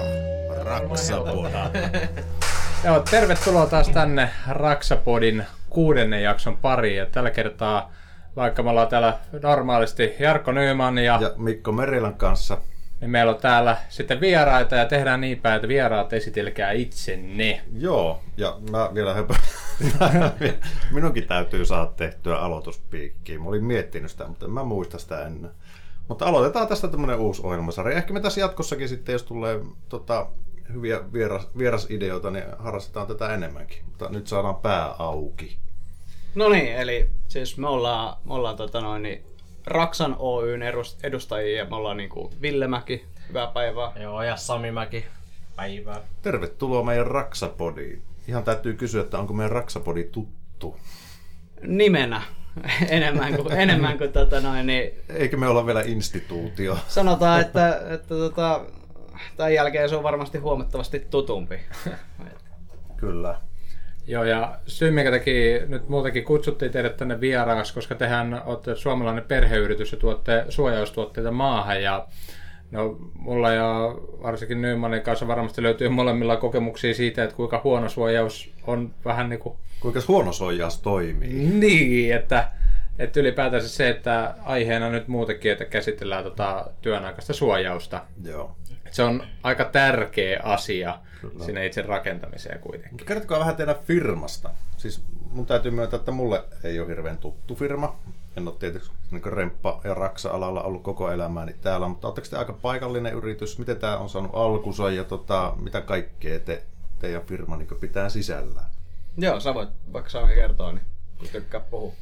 Raksapod. Joo, tervetuloa taas tänne Raksapodin 6. jakson pariin. Ja tällä kertaa, vaikka me ollaan täällä normaalisti Jarkko Nyman ja Mikko Merilän kanssa, niin meillä on täällä sitten vieraita ja tehdään niin päin, että vieraat esitelkää itsenne. Joo, ja mä vielä minunkin täytyy saada tehtyä aloituspiikkiä. Mä olin miettinyt sitä, mutta en mä muista sitä ennen. Mutta aloitetaan tästä tämmönen uusi ohjelmasarja. Ehkä me tässä jatkossakin sitten, jos tulee hyviä vierasideoita, niin harrastetaan tätä enemmänkin. Mutta nyt saadaan pää auki. No niin, eli siis me ollaan Raksan Oyn edustajia ja me ollaan niinku Ville Mäki, hyvää päivää. Joo, ja Sami Mäki, päivää. Tervetuloa meidän Raksapodiin. Ihan täytyy kysyä, että onko meidän Raksapodi tuttu? Nimenä enemmän kuin niin Eikö me olla vielä instituutio? sanotaan, että tämän jälkeen se on varmasti huomattavasti tutumpi. Kyllä. Joo, ja syy, minkä takia nyt muutenkin kutsuttiin teidät tänne vieraaksi, koska tehän olette suomalainen perheyritys ja tuotte suojaustuotteita maahan. Ja no, mulla ja varsinkin Nymanin kanssa varmasti löytyy molemmilla kokemuksia siitä, että kuinka huono suojaus on vähän niin kuin... Kuinka huono suojaus toimii? Niin, että ylipäätään se, että aiheena nyt muutenkin, että käsitellään työnaikaista suojausta. Joo. Se on aika tärkeä asia sinne itse rakentamiseen kuitenkin. Kertokaa vähän teidän firmasta. Siis mun täytyy myöntää, että mulle ei ole hirveän tuttu firma. En ole tietysti niin remppa- ja raksa-alalla ollut koko elämääni täällä, mutta oletteko te aika paikallinen yritys? Miten tämä on saanut alkunsa ja mitä kaikkea teidän firma niin pitää sisällään? Joo, sä voit vaikka Sami kertoa, niin tykkää puhua.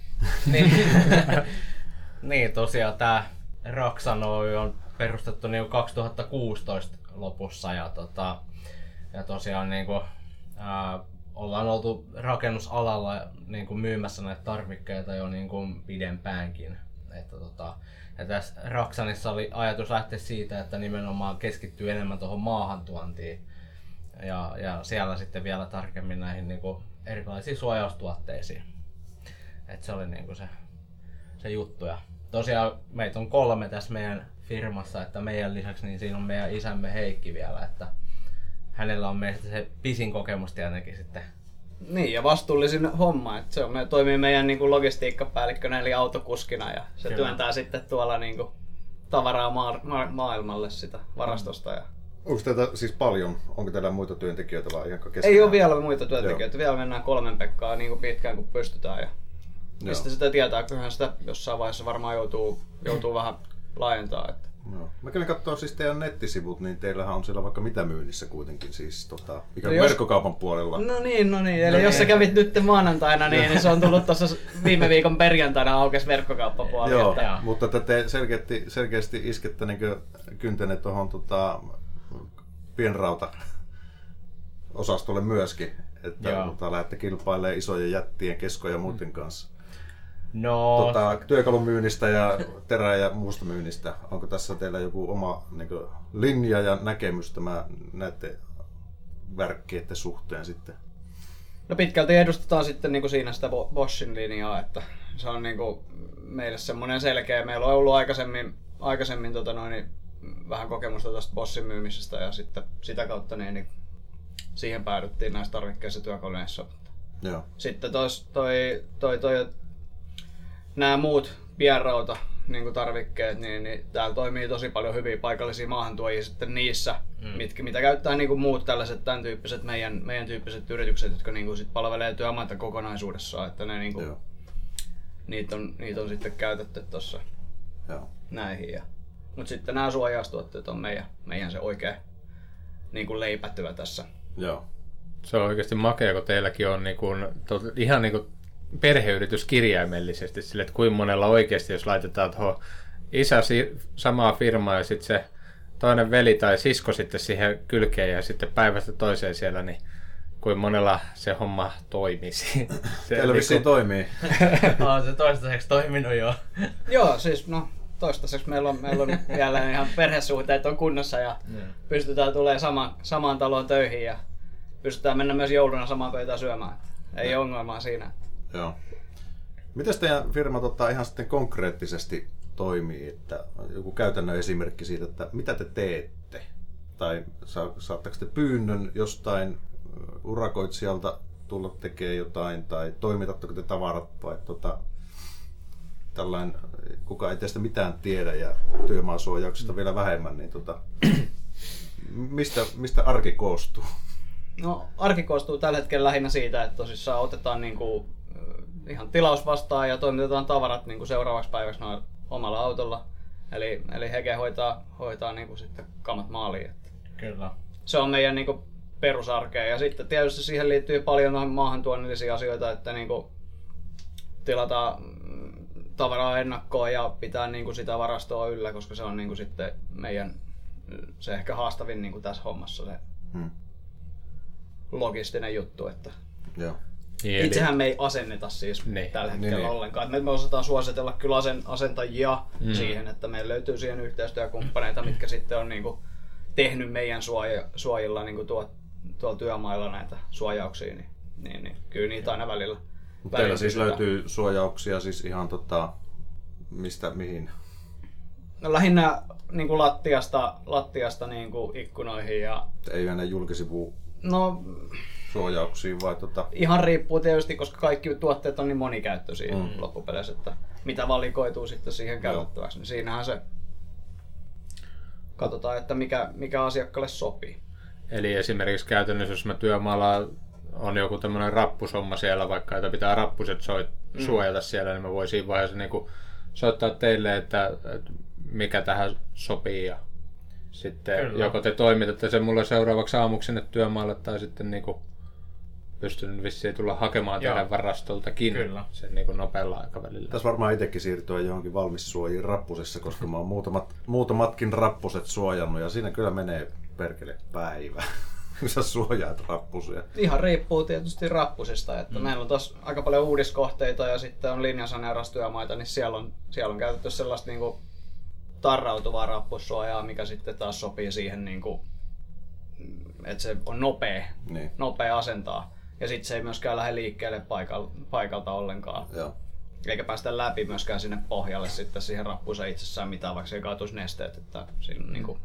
Niin, tosiaan tämä Raksan Oy on perustettu niin 2016 lopussa ja tosiaan niin kuin, ollaan oltu rakennusalalla niin kuin myymässä näitä tarvikkeita jo niin kuin pidempäänkin. Ja tässä Raksanissa oli ajatus lähteä siitä, että nimenomaan keskittyy enemmän tuohon maahantuontiin ja siellä sitten vielä tarkemmin näihin niin kuin erilaisiin suojaustuotteisiin. Et se oli niin kuin se juttu. Ja tosiaan meitä on 3 tässä meidän firmassa, että meidän lisäksi niin siinä on meidän isämme Heikki vielä, että hänellä on meistä se pisin kokemus tietenkin sitten. Niin, ja vastuullisin homma, että se toimii meidän niin kuin logistiikkapäällikkönä eli autokuskina ja se työntää sitten tuolla niin kuin tavaraa maailmalle sitä varastosta. Ja... Onko teitä siis paljon? Onko teillä muita työntekijöitä vai ihan keskenään? Ei ole vielä muita työntekijöitä, vielä mennään 3 Pekkaa niin kuin pitkään kuin pystytään. Ja mistä sitä tietää, kyllähän sitä jossain vaiheessa varmaan joutuu vähän laajentaa. Että. No. Mä kävin katsoa siis teidän nettisivut, niin teillähän on siellä vaikka mitä myynnissä kuitenkin, siis no verkkokaupan puolella. No niin, eli jos sä kävit nyt maanantaina, niin se on tullut tuossa viime viikon perjantaina aukesi verkkokauppapuolella. Joo, mutta te selkeästi iskette niin kyntenne tuohon pienrauta osastolle myöskin, että lähdette kilpailemaan isojen jättien, keskojen ja muiden kanssa. No, työkalumyynnistä ja terä- ja muusta myynnistä. Onko tässä teillä joku oma niin kuin, linja ja näkemys näette värkkeiden suhteen sitten? No pitkälti edustetaan sitten niin kuin siinä sitä Boschin linjaa, että se on niin kuin meille semmoinen selkeä. Meillä on ollut aikaisemmin vähän kokemusta tästä Boschin myymisestä ja sitten sitä kautta niin siihen päädyttiin näissä tarvikkeissa työkoneissa. Joo. Sitten nämä muut pienrauta niin tarvikkeet, niin täällä toimii tosi paljon hyviä paikallisia maahantuojia sitten niissä, mitä käyttää niin kuin muut tällaiset tämän tyyppiset meidän tyyppiset yritykset, jotka niin kuin sit palvelee työmaita kokonaisuudessaan, että ne niin kuin, niitä on sitten käytetty tuossa näihin. Mutta sitten nämä suojaustuotteet on meidän se oikea niin kuin leipätyö tässä. Joo. Se on oikeasti makea, kun teilläkin on ihan niin kuin perheyritys kirjaimellisesti, sille, että kuinka monella oikeasti, jos laitetaan tuohon isä samaa firmaa ja sitten se toinen veli tai sisko sitten siihen kylkeen ja sitten päivästä toiseen siellä, niin kuinka monella se homma toimisi. Teillä vissiin toimii. On se toistaiseksi toiminut jo. Joo, siis toistaiseksi meillä on vielä ihan perhesuhteet on kunnossa ja pystytään tulemaan samaan taloon töihin ja pystytään mennä myös jouluna samaan pöytään syömään. Ei ongelmaa siinä. Joo. Miten teidän firma ihan sitten konkreettisesti toimii, että joku käytännön esimerkki siitä, että mitä te teette tai saatteko te pyynnön jostain urakoitsijalta tulla tekemään jotain, tai toimitatteko te tavarat, vai tällainen, kuka ei teistä mitään tiedä ja työmaasuojauksesta vielä vähemmän, niin mistä arki koostuu? No, arki koostuu tällä hetkellä lähinnä siitä, että tosissaan otetaan ihan tilaus vastaan ja toimitetaan tavarat seuraavaksi päiväksi noin omalla autolla. Eli Hege hoitaa sitten kamat maaliin. Kyllä. Se on meidän perusarkea. Ja sitten tietysti siihen liittyy paljon maahantuonnillisia asioita, että tilataan tavaraa ennakkoon ja pitää sitä varastoa yllä, koska se on sitten meidän se ehkä haastavin tässä hommassa se logistinen juttu. Että Joo. Itsehän me ei asenneta siis tällä hetkellä ollenkaan. Me osataan suositella kyllä asentajia siihen, että meillä löytyy siihen yhteistyökumppaneita, mitkä sitten on tehnyt meidän suojilla tuolla työmailla näitä suojauksia. Niin, kyllä niitä aina välillä. Teillä siis löytyy suojauksia siis ihan mistä mihin? No, lähinnä lattiasta ikkunoihin ja... Ei mennä julkisivuun. No, suojauksiin vai Ihan riippuu tietysti, koska kaikki tuotteet on niin monikäyttöisiä loppupeleissä, että mitä valikoituu sitten siihen käytettäväksi, niin siinähän se katsotaan, että mikä asiakkaalle sopii. Eli esimerkiksi käytännössä, jos mä työmaalla on joku tämmöinen rappusomma siellä vaikka, että pitää rappuset suojata siellä, niin mä voin siinä vaiheessa soittaa teille, että mikä tähän sopii ja sitten kyllä. Joko te toimitatte sen mulle seuraavaksi aamuksi sinne työmaalle tai sitten pystyn vissiin tulla hakemaan teidän varastoltakin sen nopealla aikavälillä. Tässä varmaan itsekin siirtyä johonkin valmissuojiin rappusessa, koska mä oon muutamatkin rappuset suojannut ja siinä kyllä menee perkele päivä. Sä suojaat rappusia. Ihan riippuu tietysti rappusista, että meillä on taas aika paljon uudiskohteita ja sitten on linjasaneeraustyömaita, niin siellä on käytetty sellaista tarrautuvaa rappussuojaa, mikä sitten taas sopii siihen, että se on nopea asentaa. Ja sitten se ei myöskään lähde liikkeelle paikalta ollenkaan. Joo. Eikä päästä läpi myöskään sinne pohjalle sitten siihen rappuseen itsessään mitään, vaikka ei kaatuisi nesteet. Että siinä on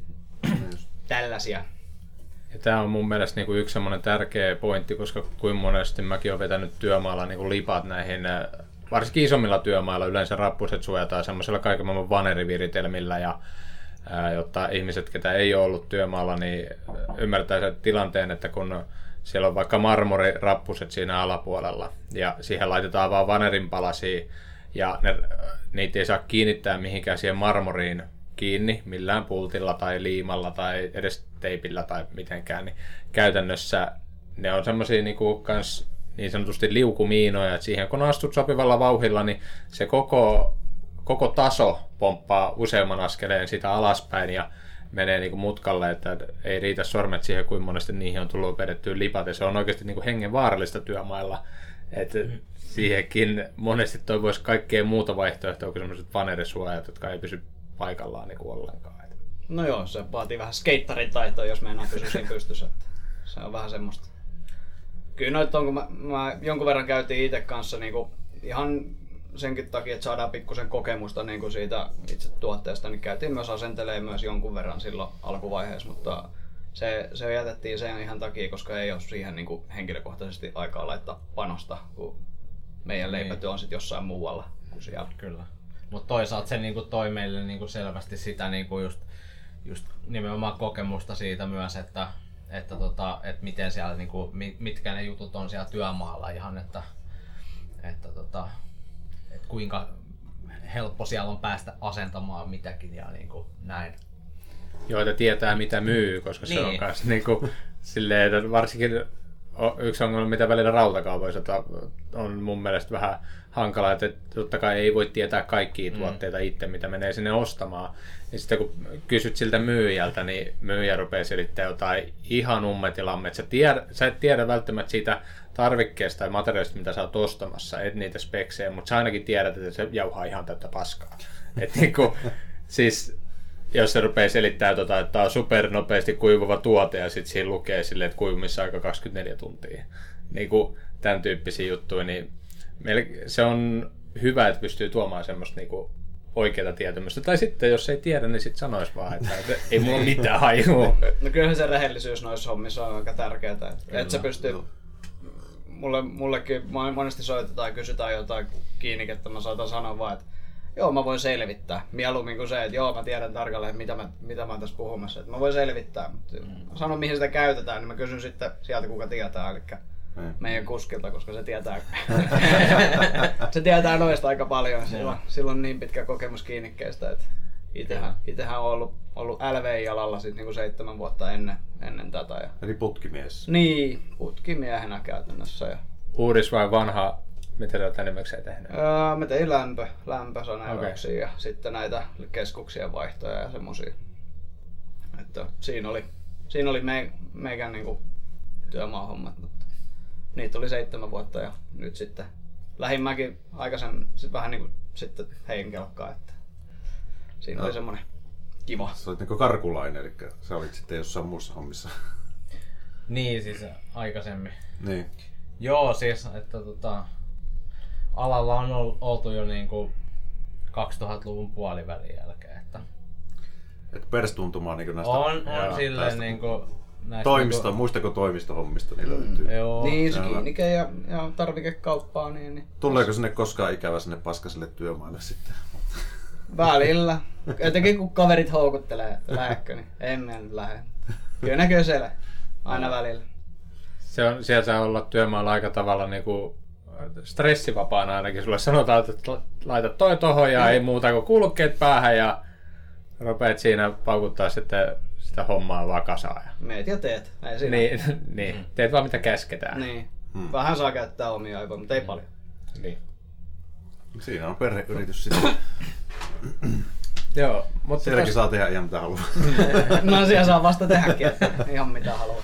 tällaisia. Ja tämä on mun mielestä yksi semmoinen tärkeä pointti, koska kuin monesti mäkin olen vetänyt työmaalla lipat näihin, varsinkin isommilla työmailla yleensä rappuset suojataan semmoisella kaiken maailman vaneriviritelmillä, ja jotta ihmiset, ketä ei ole ollut työmaalla, niin ymmärtää sen tilanteen, että kun siellä on vaikka marmorirappuset siinä alapuolella ja siihen laitetaan vaan vanerinpalasia ja niitä ei saa kiinnittää mihinkään siihen marmoriin kiinni millään pultilla tai liimalla tai edes teipillä tai mitenkään, niin käytännössä ne on semmosia niin sanotusti liukumiinoja, että siihen kun astut sopivalla vauhdilla, niin se koko taso pomppaa useamman askeleen sitä alaspäin ja menee mutkalle, että ei riitä sormet siihen, kuin monesti niihin on tullut vedettyä lipat, ja se on oikeasti hengen vaarallista työmailla. Että siihenkin monesti toivoisi kaikkea muuta vaihtoehtoa kuin sellaiset vanerisuojat, jotka ei pysy paikallaan ollenkaan. No joo, se vaatii vähän skeittarin taitoa, jos meinaa pysyä siinä pystyssä. Se on vähän semmoista. Kyllä noita on, kun mä jonkun verran käytiin itse kanssa ihan senkin takia, että saadaan pikkusen kokemusta siitä itse tuotteesta, niin käytiin myös asentelemaan myös jonkun verran silloin alkuvaiheessa, mutta se jätettiin sen ihan takia, koska ei ole siihen henkilökohtaisesti aikaa laittaa panosta, kun meidän leipätyö on sitten jossain muualla kuin siellä. Kyllä. Mutta toisaalta se toi meille selvästi sitä just nimenomaan kokemusta siitä myös, että miten siellä mitkä ne jutut on siellä työmaalla ihan, että kuinka helppo siellä on päästä asentamaan mitäkin ja näin. Joita tietää mitä myy, koska se on myös silleen, että varsinkin yksi ongelma, mitä välillä rautakaupoissa on mun mielestä vähän hankala, että totta kai ei voi tietää kaikkia tuotteita itse, mitä menee sinne ostamaan. Ja sitten kun kysyt siltä myyjältä, niin myyjä rupeaa selittämään jotain ihan ummetilamme. Sä et tiedä välttämättä siitä tarvikkeesta tai materiaalista, mitä sä oot ostamassa, et niitä speksejä, mutta sä ainakin tiedät, että se jauhaa ihan täyttä paskaa. Siis jos se rupeaa selittämään, että tämä on supernopeasti kuivuva tuote ja sitten siinä lukee silleen, että kuivumisaika 24 tuntia. Tämän tyyppisiä juttuja, niin se on hyvä, että pystyy tuomaan semmoista oikeaa tietämystä. Tai sitten, jos ei tiedä, niin sitten sanoisi vaan, että ei mulla ole mitään hajua. No kyllähän se rehellisyys noissa hommissa on aika tärkeää. Että se pystyy... Mullekin monesti soitetaan ja kysytään jotain kiinnikettä, mä saatan sanoa vaan, että joo, mä voin selvittää. Mieluummin kuin se, että joo, mä tiedän tarkalleen, mitä mä oon tässä puhumassa. Että mä voin selvittää. Sanon, mihin sitä käytetään, niin mä kysyn sitten sieltä, kuka tietää, eli meidän kuskilta, koska se tietää, se tietää noista aika paljon. Sillä on niin pitkä kokemus kiinnikkeistä, että itsehän on ollut LV-jalalla sit niinku 7 vuotta ennen tätä. Ja... Eli putkimies. Niin, putkimiehenä käytännössä. Ja... Uudis vai vanha? Mitä te olette enimmäkseen tehnyt? Me tein lämpösaneerauksia ja sitten näitä keskuksien vaihtoja ja semmosia. Että siinä oli meikän niinku työmaahommat, mutta niitä oli 7 vuotta ja nyt sitten lähimmäkin aikaisemmin vähän niinku sitten henkelkkaa, että siinä oli semmonen kiva. Sä olit niinku karkulainen, eli sä olit sitten jossain muussa hommissa. Niin, siis aikaisemmin. Niin. Joo, siis, että alalla on oltu jo niinku 2000-luvun puolivälin jälkeen. Että perstuntumaa niinku näistä... On silleen niinku... Toimisto, muistako toimistohommista niin löytyy? Joo. Niin, se kiinnike ja tarvikekauppaa. Niin. Tuleeko sinne koskaan ikävä sinne paskaselle työmaalle sitten? Välillä. Jotenkin kun kaverit houkuttelee, että lähdekö, niin en mä nyt lähde. Kyllä näkyy siellä. Aina välillä. Siellä saa olla työmaalla aika tavalla niinku stressivapaana ainakin. Sulle sanotaan, että laita toi tohon ja ei muuta kuin kulkeet päähän ja rupeat siinä paukuttaa sitten sitä hommaa vaan kasaan. Meet ja teet. Ei siinä. Niin. Teet vaan mitä käsketään. Niin. Vähän saa käyttää omia aivoja, mutta ei paljon. Niin. Siinä on perheyritys sitten. Joo, mutta sielläkin saa tehdä ihan mitä haluaa. No siellä saa vasta tehdäkin, että ihan mitä haluaa.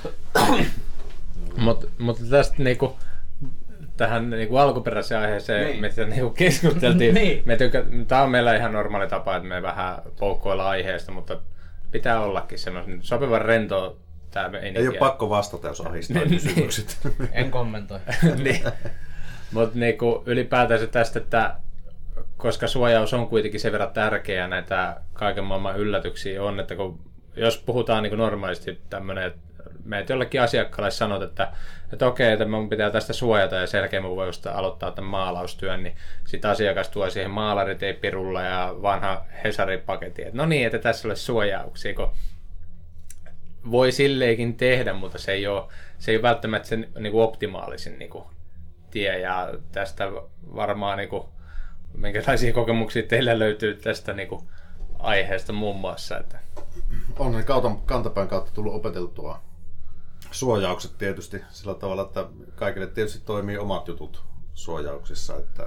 Mutta tästä niinku, tähän niinku alkuperäiseen aiheeseen, niin. mistä niinku keskusteltiin. Niin. Tämä on meillä ihan normaali tapa, että me vähän poukkoillaan aiheesta, mutta pitää ollakin semmoinen sopivan rentoa tämä meininki. Ei ole pakko vastata, jos ahistaa kysymykset. En kommentoi. Niin. Mutta niinku, ylipäätänsä tästä, että koska suojaus on kuitenkin sen verran tärkeä ja näitä kaiken maailman yllätyksiä on, että jos puhutaan niinku normaalisti tämmöinen, että meitä jollekin asiakkaalle sanot, että okei, että mun pitää tästä suojata ja sen jälkeen mun voi aloittaa tämän maalaustyön, niin sitten asiakas tuo siihen maalariteipirulla ja vanha Hesari-paketti, että no niin, että tässä olisi suojauksia, kun voi silleenkin tehdä, mutta se ei ole välttämättä sen niinku optimaalisin niinku tie ja tästä varmaan niinku, minkälaisia kokemuksia teillä löytyy tästä niinku aiheesta muun muassa. Että... On kantapään kautta tullut opeteltua suojaukset tietysti sillä tavalla, että kaikille tietysti toimii omat jutut suojauksissa, että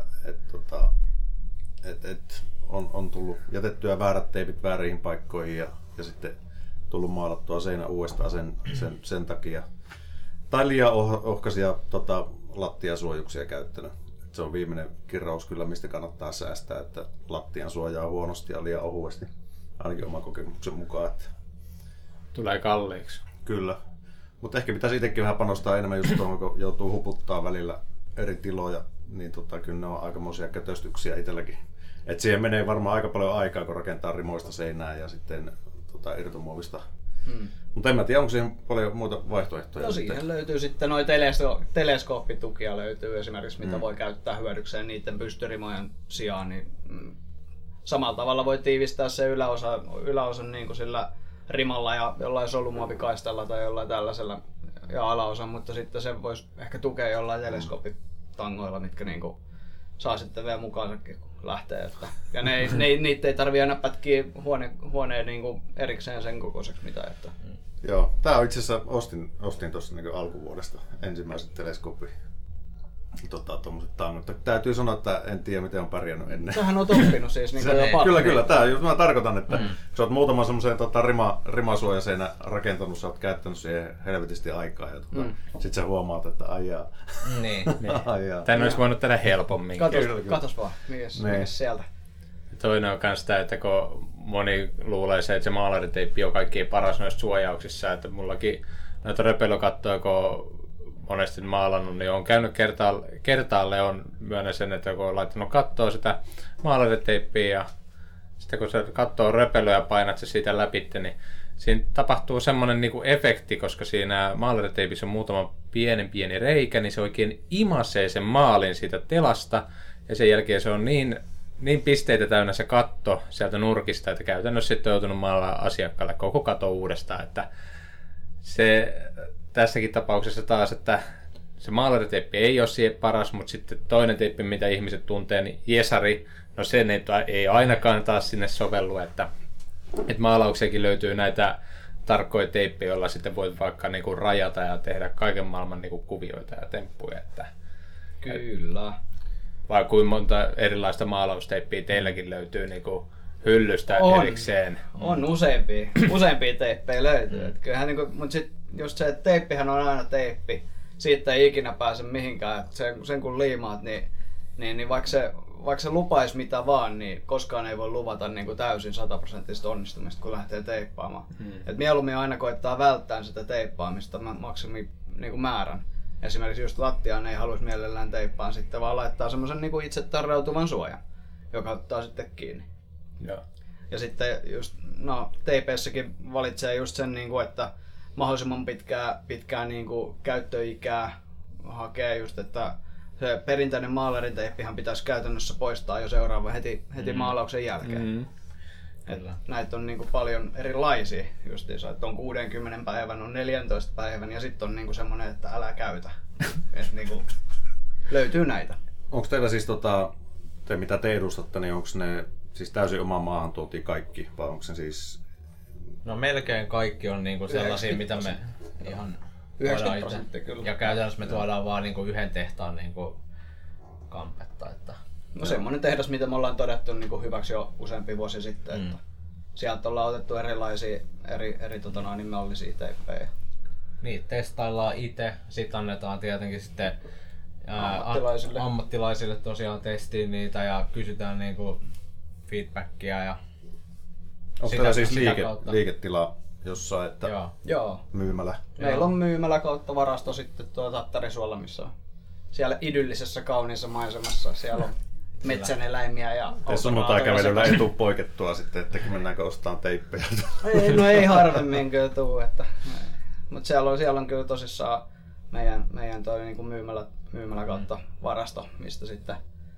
on tullut jätettyä väärät teipit vääriin paikkoihin ja sitten tullut maalattua seinä uudestaan sen takia. Tai liian ohkaisia lattiasuojuksia käyttänyt. Se on viimeinen kirjaus kyllä, mistä kannattaa säästää, että lattian suojaa huonosti ja liian ohuesti, ainakin oman kokemuksen mukaan. Että... Tulee kalliiksi. Kyllä, mutta ehkä pitäisi itsekin vähän panostaa enemmän just tuohon, kun joutuu huputtaa välillä eri tiloja, niin kyllä ne on aikamoisia kötöstyksiä itselläkin. Et siihen menee varmaan aika paljon aikaa, kun rakentaa rimoista seinää ja sitten irtomuovista. Mutta en mä tiedä, onko siihen paljon muita vaihtoehtoja. No siihen sitten löytyy sitten noita teleskooppitukia löytyy esimerkiksi, mitä voi käyttää hyödykseen niiden pystyrimojen sijaan. Niin, samalla tavalla voi tiivistää se yläosan niin kuin sillä rimalla ja jollain solumuovikaistalla tai jollain tällaisella ja alaosan, mutta sitten se voisi ehkä tukea jollain teleskooppitangoilla, mitkä niin kuin saa sitten vielä mukaansakin, kun lähtee. Että, ja niitä ei tarvitse aina pätkiä huoneen niin kuin erikseen sen kokoiseksi mitään. Että. Joo, tää on itse asiassa ostin tuossa niin alkuvuodesta ensimmäiset teleskooppi tuommoiset tangot. Täytyy sanoa, että en tiedä miten on pärjännyt ennen. Sähän oot oppinut siis niin kuin jo Kyllä. Tää just mä tarkoitan, että kun sä oot muutaman semmoisen rimasuojaseinä rakentanut, sä oot käyttänyt siihen helvetisti aikaa ja sit sä huomaat, että aijaa. Niin. Tän olisi voinut tehdä helpommin. Katos vaan, mikäs sieltä. Toinen on myös tämä, että kun moni luulee se, että se maalariteippi on kaikkein paras noissa suojauksissa, että mullakin noita röpelökattoja, kun monesti maalannut, niin olen käynyt kertaalle, on myönnä sen, että kun olen laittanut kattoa sitä maalariteippiä ja sitten kun sä katsoo röpelöä ja painat se siitä läpi, niin siinä tapahtuu semmoinen niinku efekti, koska siinä maalariteipissä on muutama pieni reikä, niin se oikein imasee sen maalin siitä telasta, ja sen jälkeen se on niin pisteitä täynnä se katto sieltä nurkista, että käytännössä sitten on joutunut maalaa asiakkaalle koko kato uudestaan, että se tässäkin tapauksessa taas, että se maalariteippi ei ole siihen paras, mutta sitten toinen teippi, mitä ihmiset tuntee, niin jesari, no sen ei ainakaan taas sinne sovellu, että maalaukseenkin löytyy näitä tarkkoja teippejä, joilla sitten voit vaikka niinku rajata ja tehdä kaiken maailman niinku kuvioita ja temppuja. Että, Kyllä. vai kuinka monta erilaista maalausteippiä teilläkin löytyy niinku hyllystä erikseen? On useampia teippejä löytyy. Et kyllähän niinku, mutta sit just se, että teippihän on aina teippi. Siitä ei ikinä pääse mihinkään. Et sen kun liimaat, niin vaikka se lupaisi mitä vaan, niin koskaan ei voi luvata niin kuin täysin 100% onnistumista, kun lähtee teippaamaan. Et mieluummin aina koittaa välttää sitä teippaamista maksimi niin kuin määrän. Esimerkiksi just lattiaan ei haluaisi mielellään teippaa sitten, vaan laittaa semmoisen niin kuin itse tarrautuvan suojan, joka ottaa sitten kiinni. Joo. Ja sitten just, teipeissäkin valitsee just sen, niin kuin, että mahdollisimman pitkää niin kuin käyttöikää hakee just, että se perinteinen maalerinteippihan pitäisi käytännössä poistaa jo heti maalauksen jälkeen. Näitä on niinku paljon erilaisia justiinsa, että on 60 päivän, on 14 päivän ja sitten on niinku semmoinen, että älä käytä. Et niinku löytyy näitä. Onko teillä siis mitä te edustatte, niin onko ne siis täysin omaan maahan tuotiin kaikki, vai onko se siis... No melkein kaikki on niinku sellaisia, mitä me ihan... 90% kyllä. Ja käytännössä me tuodaan vaan niinku yhden tehtaan niinku kampetta. Että... No semmoinen tehdas, mitä me ollaan todettu niinku hyväksi jo useampia vuosia sitten. Että sieltä ollaan otettu erilaisia nimellisiä teippejä. Niitä testaillaan itse, sitten annetaan tietenkin sitten ammattilaisille tosiaan testiin niitä ja kysytään niinku feedbackia. Ja onko teillä siis liiketila jossain, että Joo. myymälä? Meillä on myymälä kautta varasto sitten Tattarisuolla, missä on siellä idyllisessä kauniissa maisemassa. Siellä on metsäneläimiä ja sunnuntai-kävelyllä ei tule poikettua sitten, että mennäänkö ostamaan teippejä? Ei harvemmin kyllä tule. Mutta siellä on kyllä tosissaan meidän toi niinku myymälä kautta varasto, mistä sitten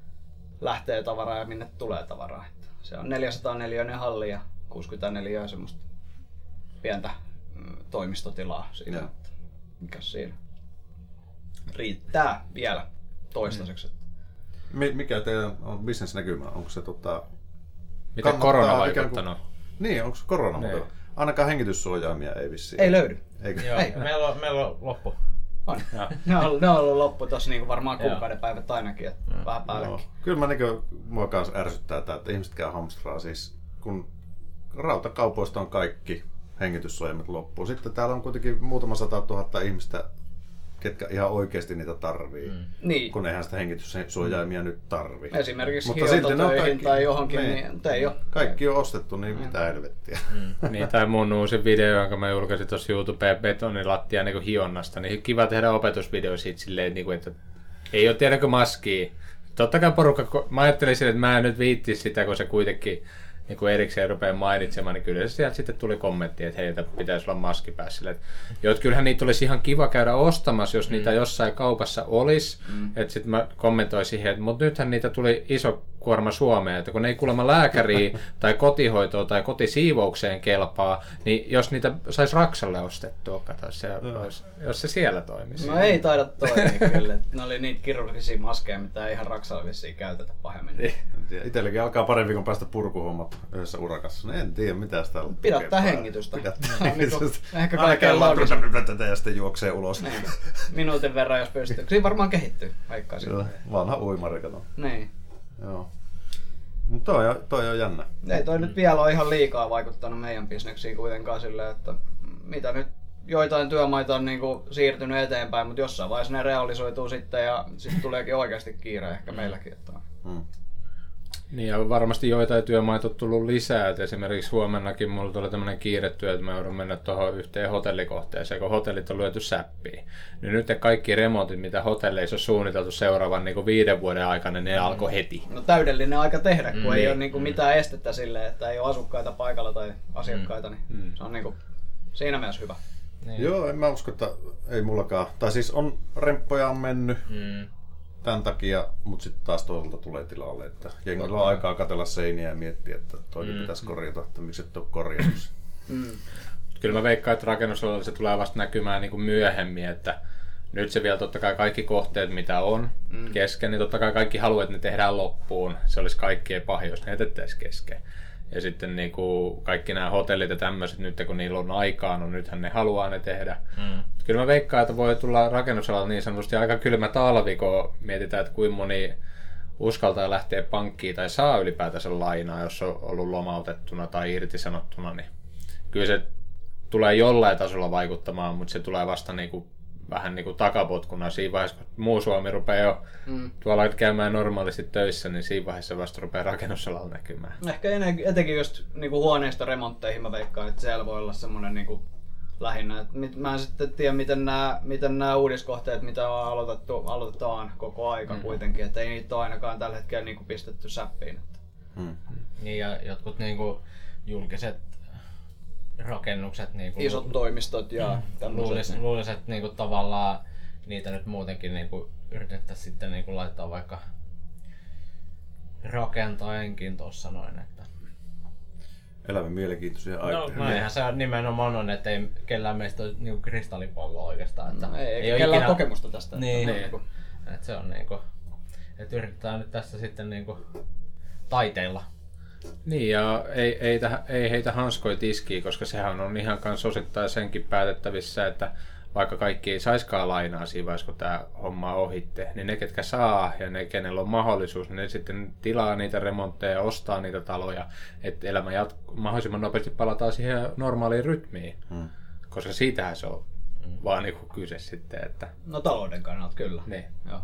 lähtee tavaraa ja minne tulee tavaraa. Se on 404 halli ja 64 semmoista pientä toimistotilaa siinä. Mikäs siinä? Riittää vielä toistaiseksi. Mikä teidän on bisnesnäkymä? Onko se miten korona vaikuttanut? Niin, onko korona muuta? Ainakaan hengityssuojaimia ei vissiin. Ei löydy. Joo, ei. Meillä on loppu. On. Ne on ollut loppu tossa niinku varmaan kuukauden päivät ainakin, että vähän päällekin. Kyllä mua kanssa ärsyttää tää, että ihmiset käy hamstraa siis, kun rautakaupoista on kaikki hengityssuojaimet loppuu. Sitten täällä on kuitenkin muutama 100 000 ihmistä, ketkä ihan oikeasti niitä tarvii, kun eihän sitä hengityssuojaimia nyt tarvii. Esimerkiksi hiototöihin tai johonkin, niin ei ole. Kaikki on ostettu, niin mitä helvettiä. Niin, tai mun uusi video, jonka mä julkaisin tuossa YouTubeen betonilattia niin hionnasta, niin kiva tehdä opetusvideo siitä silleen, että ei ole tiedäkö maskia. Totta kai porukka, mä ajattelin silleen, että mä en nyt viittisi sitä, kun se kuitenkin niin kun erikseen rupeaa mainitsemaan, niin kyllä sieltä sitten tuli kommentti, että heitä pitäisi olla maski päässä. Kyllähän niitä olisi ihan kiva käydä ostamassa, jos niitä jossain kaupassa olisi. Että sitten mä kommentoin siihen, että mutta nythän niitä tuli iso kuorma Suomeen, että kun ne ei kuulemma lääkäriä tai kotihoitoa tai kotisiivoukseen kelpaa, niin jos niitä saisi Raksalle ostettua, jos se siellä toimisi. No ei taida toimia kyllä. Ne oli niitä kirurgisia maskeja, mitä ei ihan Raksalla vissiin käytetä pahemmin. Itselläkin alkaa parin viikon päästä purkuhommat yhdessä urakassa. No en tiedä mitä sitä on. Pidättää hengitystä. Ehkä kaikkein laadullista. Ja sitten juoksee ulos. Niin. Minuutin verran jos pystyy. Siinä varmaan kehittyy. Vanha uimari, kato. Niin. Joo. Mutta toi on jännä. Ei toi nyt vielä ole ihan liikaa vaikuttanut meidän bisneksiin kuitenkaan silleen, että mitä nyt joitain työmaita on niinku siirtynyt eteenpäin, mutta jossain vaiheessa ne realisoituu sitten ja sitten tuleekin oikeasti kiire ehkä meilläkin. Että... Niin ja varmasti joitain työmaita on tullut lisää, että esimerkiksi huomennakin mulla tuli tämmöinen kiiretyö, että mä joudun mennä tuohon yhteen hotellikohteeseen, kun hotellit on lyöty säppiin. Niin nyt kaikki remontit, mitä hotelleissa on suunniteltu seuraavan niin 5 vuoden aikana, ne alkoi heti. No täydellinen aika tehdä, kun ei ole niin kuin mitään estettä sille, että ei ole asukkaita paikalla tai asiakkaita, niin se on niin kuin siinä mielessä hyvä. Niin. Joo, en mä usko, että ei mullakaan. Tai siis on remppoja on mennyt tämän takia, mutta sitten taas toisaalta tulee tilalle, että jengillä on aikaa katsella seiniä ja miettiä, että toikin pitäisi korjata, että miksi et ole korjannut. Kyllä mä veikkaan, että rakennusalalla se tulee vasta näkymään niin kuin myöhemmin, että nyt se vielä totta kai kaikki kohteet, mitä on kesken, niin totta kai kaikki haluaa, että ne tehdään loppuun. Se olisi kaikkien pahin, jos ne jätettäisiin kesken. Ja sitten niin kuin kaikki nämä hotellit ja tämmöiset, nyt kun niillä on aikaa, no nythän ne haluaa ne tehdä. Kyllä mä veikkaan, että voi tulla rakennusalalla niin sanotusti aika kylmä talvi, kun mietitään, että kuinka moni uskaltaa lähteä pankkiin tai saa ylipäätänsä lainaa, jos on ollut lomautettuna tai irtisanottuna. Niin kyllä se tulee jollain tasolla vaikuttamaan, mutta se tulee vasta niin kuin vähän niin kuin takapotkuna siinä vaiheessa, kun muu Suomi rupeaa jo tuolla käymään normaalisti töissä, niin siinä vaiheessa vasta rupeaa rakennusalalla näkymään. Ehkä etenkin just niin kuin huoneistoremontteihin mä veikkaan, että siellä voi olla semmoinen niin kuin lähinnä. Mä en sitten tiedä, miten nämä uudiskohteet, mitä on aloitetaan koko aika kuitenkin, että ei niitä ole ainakaan tällä hetkellä niin kuin pistetty säppiin. Niin ja jotkut niin kuin julkiset rakennukset. Niin kuin isot toimistot ja tämmöiset. Luulisin, että niin kuin tavallaan niitä nyt muutenkin niin kuin yritettäisiin sitten niin kuin laittaa vaikka rakentaenkin tuossa noin. Että Elävän mielenkiintoisia aikoja. No eihän se nimenomaan on, että ei kellään meistä ole niin kuin kristallipalloa oikeastaan. Että ei kellään kokemusta tästä. Niin, että se on niin kuin, että yritetään nyt tässä sitten niin kuin taiteilla. Niin, ja ei heitä hanskoja tiskiin, koska sehän on ihan kans osittain senkin päätettävissä, että vaikka kaikki ei saiskaan lainaa siinä vaiheessa, kun tämä homma on ohitte, niin ne, ketkä saa ja ne, kenellä on mahdollisuus, niin ne sitten tilaa niitä remontteja ja ostaa niitä taloja, että elämä mahdollisimman nopeasti palataan siihen normaaliin rytmiin, koska siitähän se on vaan niin kyse sitten. Että no talouden kannalta kyllä. Niin. Joo.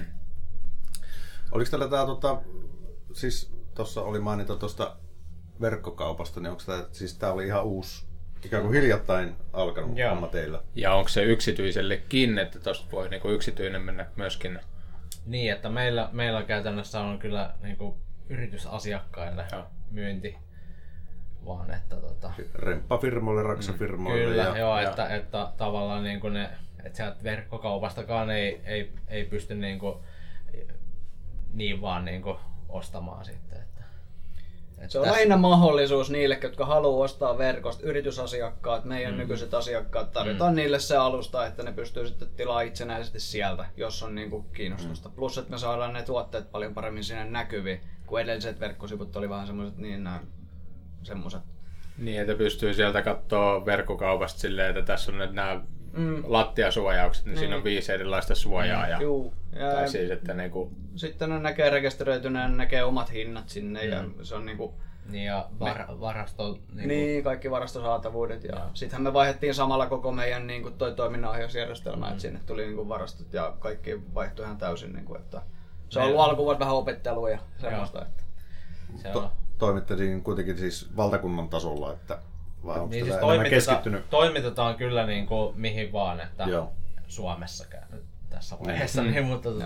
Oliko tällä tämä, siis tuossa oli mainita tuosta verkkokaupasta, niin onko tämä, siis tämä oli ihan uusi, ikään kuin hiljattain alkanut homma teillä? Ja onko se yksityisellekin, että tuosta voi niinku yksityinen mennä myöskin? Niin, että meillä käytännössä on kyllä niinku yritysasiakkaille myynti, vaan että remppafirmoille, raksafirmoille. Kyllä, joo, että tavallaan niinku ne, että sieltä verkkokaupastakaan ei pysty niinku niin vaan niinku ostamaan sitten. Se on lähinnä mahdollisuus niille, jotka haluaa ostaa verkosta. Yritysasiakkaat, meidän nykyiset asiakkaat, tarjotaan niille se alusta, että ne pystyy sitten tilaamaan itsenäisesti sieltä, jos on niinku kiinnostusta. Plus, että me saadaan ne tuotteet paljon paremmin sinne näkyviin, kun edelliset verkkosivut oli vähän semmoiset semmoiset. Niin, että pystyy sieltä katsoa verkkokaupasta silleen, että tässä on nyt nämä lattiasuojaukset, niin siinä on 5 erilaista suojaa. Ja tai siis, että niinku sitten ne näkee rekisteröityneen, ne näkee omat hinnat sinne ja se on niinku niin ja varasto niin kaikki varastosaatavuudet ja sittenhän me vaihdettiin samalla koko meidän niinku toi toiminnanohjausjärjestelmä, että sinne tuli niinku varastot ja kaikki vaihtui ihan täysin niinku, että se on ollut alkuvuonna vähän opettelua ja semmoista, että toimitte kuitenkin siis valtakunnan tasolla, että vai onko niin siis keskittynyt? Toimitetaan kyllä niin kuin mihin vaan, että Suomessakään tässä vaiheessa, niin,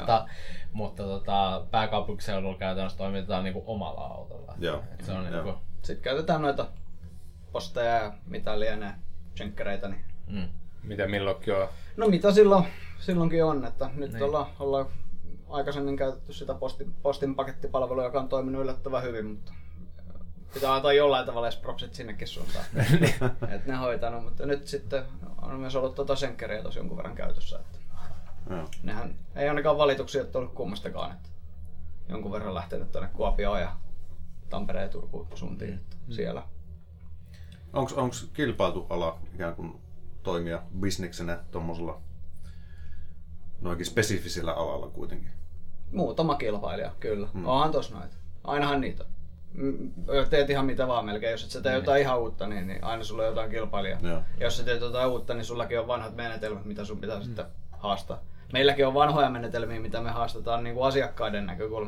mutta pääkaupunkiseudulla käytännössä toimitetaan niin kuin omalla autolla. Se on niin kuin sitten käytetään noita posteja ja mitä lienee, chenkkereitä. Niin. Mitä milloinkin on? No mitä silloinkin on, että nyt ollaan aikaisemmin käytetty sitä postin pakettipalvelua, joka on toiminut yllättävän hyvin, mutta pitää antaa jollain tavalla edes propsit sinnekin suuntaan, että ne hoitanut, mutta nyt sitten on myös ollut senkkereitä tosi jonkun verran käytössä, että nehän ei ainakaan valituksia ole ollut kummastakaan, että jonkun verran lähtenyt tuonne Kuopioon ja Tampereen ja Turkuun suuntiin siellä. Onko kilpailtu ala ikään kuin toimia bisneksenä tuommoisella noinkin spesifisellä alalla kuitenkin? Muutama kilpailija, kyllä. Onhan tossa noita. Ainahan niitä. Teet ihan mitä vaan melkein. Jos et sä tee jotain ihan uutta, niin aina sulla on jotain kilpailijaa. Jos sä teet jotain uutta, niin sullakin on vanhat menetelmät, mitä sun pitää sitten haastaa. Meilläkin on vanhoja menetelmiä, mitä me haastetaan niin kuin asiakkaiden näkökulmasta.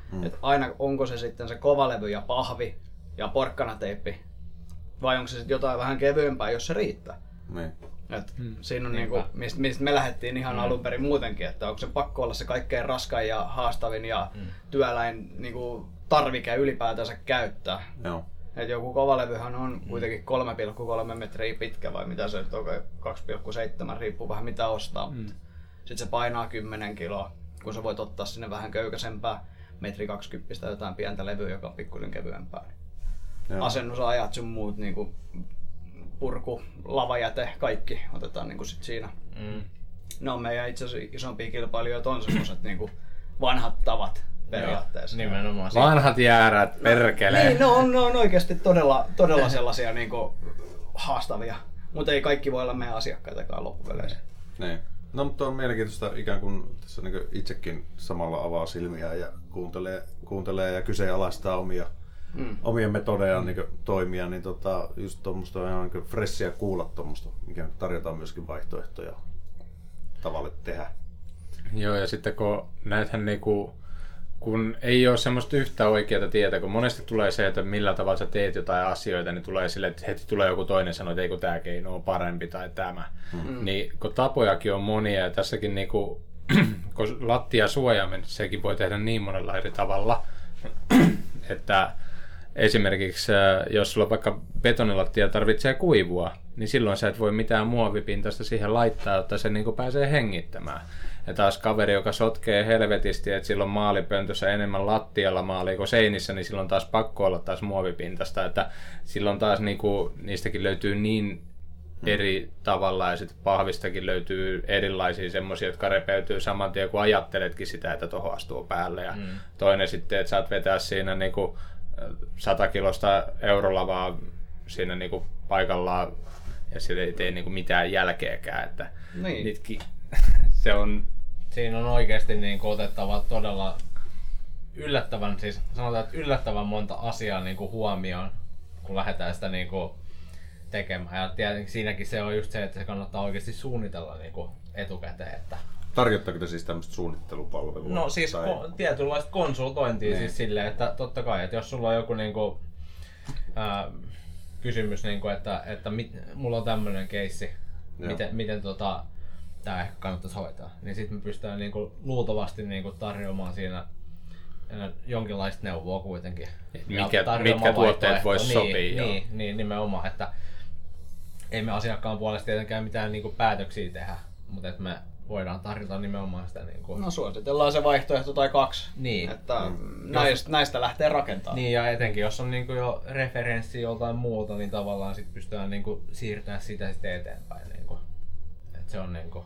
Että aina onko se sitten se kovalevy ja pahvi ja porkkanateippi, vai onko se sitten jotain vähän kevyempää, jos se riittää. Niin. Siinä on niinku, mistä me lähdettiin ihan alun perin muutenkin, että onko se pakko olla se kaikkein raskain ja haastavin ja työläin niinku, tarvike ylipäätänsä käyttää. Joo. Et joku kovalevyhän on kuitenkin 3,3 metriä pitkä vai mitä se on, 2,7, riippuu vähän mitä ostaa. Sitten se painaa 10 kiloa, kun sä voit ottaa sinne vähän köykäisempää, 1,20 m jotain pientä levyä, joka on pikkusen kevyempää. Asennusajat sun muut, niinku purku, lavajäte, kaikki otetaan niinku sit siinä. No meidän itse asiassa isompia kilpailijoita on semmoset niinku vanhat tavat periaatteessa. Nimenomaan. Vanhat jäärät, perkele. Niin, ne on oikeasti todella sellaisia niinku haastavia, mutta ei kaikki voi olla meidän asiakkaitakaan loppupeleissä. Niin. No, mutta on mielenkiintoista ikään kuin tässä niin itsekin samalla avaa silmiä ja kuuntelee ja kyseenalaistaa omia metodeja niin toimia, niin just tuommoista on ihan niin freshia kuulla tuommoista, mikä tarjotaan myöskin vaihtoehtoja tavalle tehdä. Joo, ja sitten kun näethän niinku, kun ei ole semmoista yhtä oikeaa tietä, kun monesti tulee se, että millä tavalla sä teet jotain asioita, niin tulee sille, että heti tulee joku toinen sanoo, että ei kun tää keino on parempi tai tämä. Niin kun tapojakin on monia ja tässäkin niinku, kun lattia suojaamme, sekin voi tehdä niin monella eri tavalla, että esimerkiksi jos sulla vaikka betonilattia tarvitsee kuivua, niin silloin sä et voi mitään muovipintasta siihen laittaa, jotta se niinku pääsee hengittämään. Ja taas kaveri, joka sotkee helvetisti, että silloin maalipöntössä enemmän lattialla maalia kuin seinissä, niin silloin taas pakko olla taas muovipintasta. Että silloin taas niinku, niistäkin löytyy niin eri tavalla ja sitten pahvistakin löytyy erilaisia semmoisia, jotka repeytyy saman tien, kun ajatteletkin sitä, että toho astuu päälle. Ja toinen sitten, että saat vetää siinä niinku 100 kilosta eurolavaa siinä niinku paikallaan ja sille ei tee niinku mitään jälkeäkään. Että niitkin, se on... Siinä on oikeasti niin otettava todella yllättävän, siis sanotaan, että yllättävän monta asiaa niin huomioon, kun lähdetään sitä niin tekemään. Ja tietenkin siinäkin se on just se, että se kannattaa oikeasti suunnitella niin etukäteen. Että... Tarjottaako te siis tämmöistä suunnittelupalvelua? No siis tietynlaista konsultointia siis silleen, että totta kai, että jos sulla on joku niin kuin, kysymys, niin kuin, että mulla on tämmöinen keissi, miten tämä ehkä kannattaisi hoitaa, niin sitten me pystytään niinku luultavasti niinku tarjoamaan siinä jonkinlaista neuvoa kuitenkin. Mitkä tuotteet vois sopia. Niin, nimenomaan, että ei me asiakkaan puolesta tietenkään mitään niinku päätöksiä tehdä, mutta että me voidaan tarjota nimenomaan sitä niinku... No suositellaan se vaihtoehto tai 2, niin. Että näistä lähtee rakentamaan. Niin, ja etenkin jos on niinku jo referenssi joltain muuta, niin tavallaan sit pystytään niinku siirtämään sitä sitten eteenpäin. Niinku. Et se on niinku...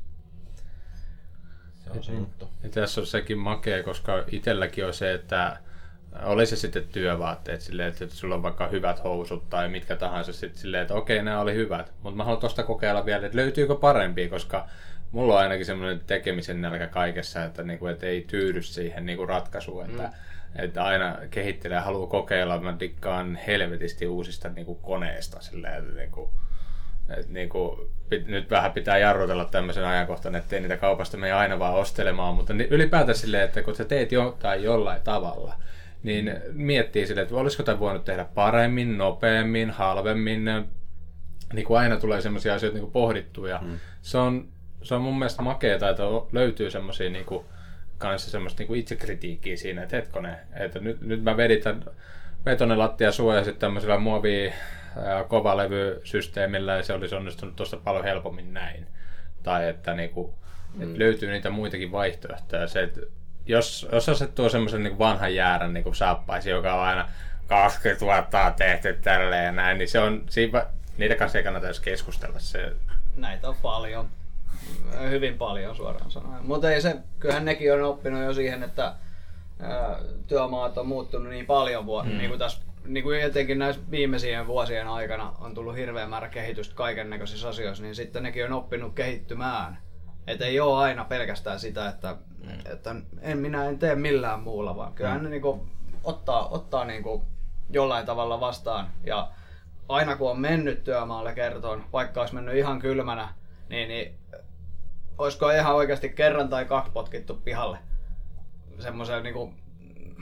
Se on se juttu. Ja tässä on sekin makea, koska itselläkin on se, että oli se sitten työvaatteet silleen, että sulla on vaikka hyvät housut tai mitkä tahansa sitten silleen, että okei, nämä oli hyvät, mutta mä haluan tosta kokeilla vielä, että löytyykö parempia, koska mulla on ainakin semmoinen tekemisen nälkä kaikessa, että niinku, et ei tyydy siihen niinku ratkaisuun, että aina kehittelee ja haluaa kokeilla. Mä dikkaan helvetisti uusista niinku koneista silleen, että nyt vähän pitää jarrutella tämmöisen ajankohtan, ettei niitä kaupasta mene aina vaan ostelemaan, mutta ylipäätään silleen, että kun sä teet jotain jollain tavalla, niin miettii silleen, että olisiko tämä voinut tehdä paremmin, nopeammin, halvemmin, niin kuin aina tulee semmoisia asioita niin kuin pohdittua. Se on mun mielestä makeeta, että löytyy semmoisia niin kanssa semmoista niin itsekritiikkiä siinä, että hetkonen, että nyt mä vedin tämän betonilattia suojasit tämmöisellä muovia kovalevysysteemillä ja se olisi onnistunut tuosta paljon helpommin näin. Tai että niinku, et löytyy niitä muitakin vaihtoehtoja. Se, että jos asettuu semmoisen niinku vanhan jäärän niinku saappaisi, joka on aina 20 vuotta tehty tälleen ja näin, niin se on, niitä kanssa ei kannata edes keskustella. Näitä on paljon. Hyvin paljon suoraan sanoen. Mutta ei se, kyllähän nekin on oppinut jo siihen, että työmaat on muuttunut niin paljon niin kuin tässä niin kuin etenkin näissä viimeisien vuosien aikana on tullut hirveä määrä kehitystä kaikennäköisissä asioissa, niin sitten nekin on oppinut kehittymään. Että ei ole aina pelkästään sitä, että minä en tee millään muulla, vaan kyllähän ne niin kuin ottaa niin kuin jollain tavalla vastaan. Ja aina kun on mennyt työmaalle kertoon, vaikka olisi mennyt ihan kylmänä, niin olisiko ihan oikeasti kerran tai 2 potkittu pihalle semmoisella niin kuin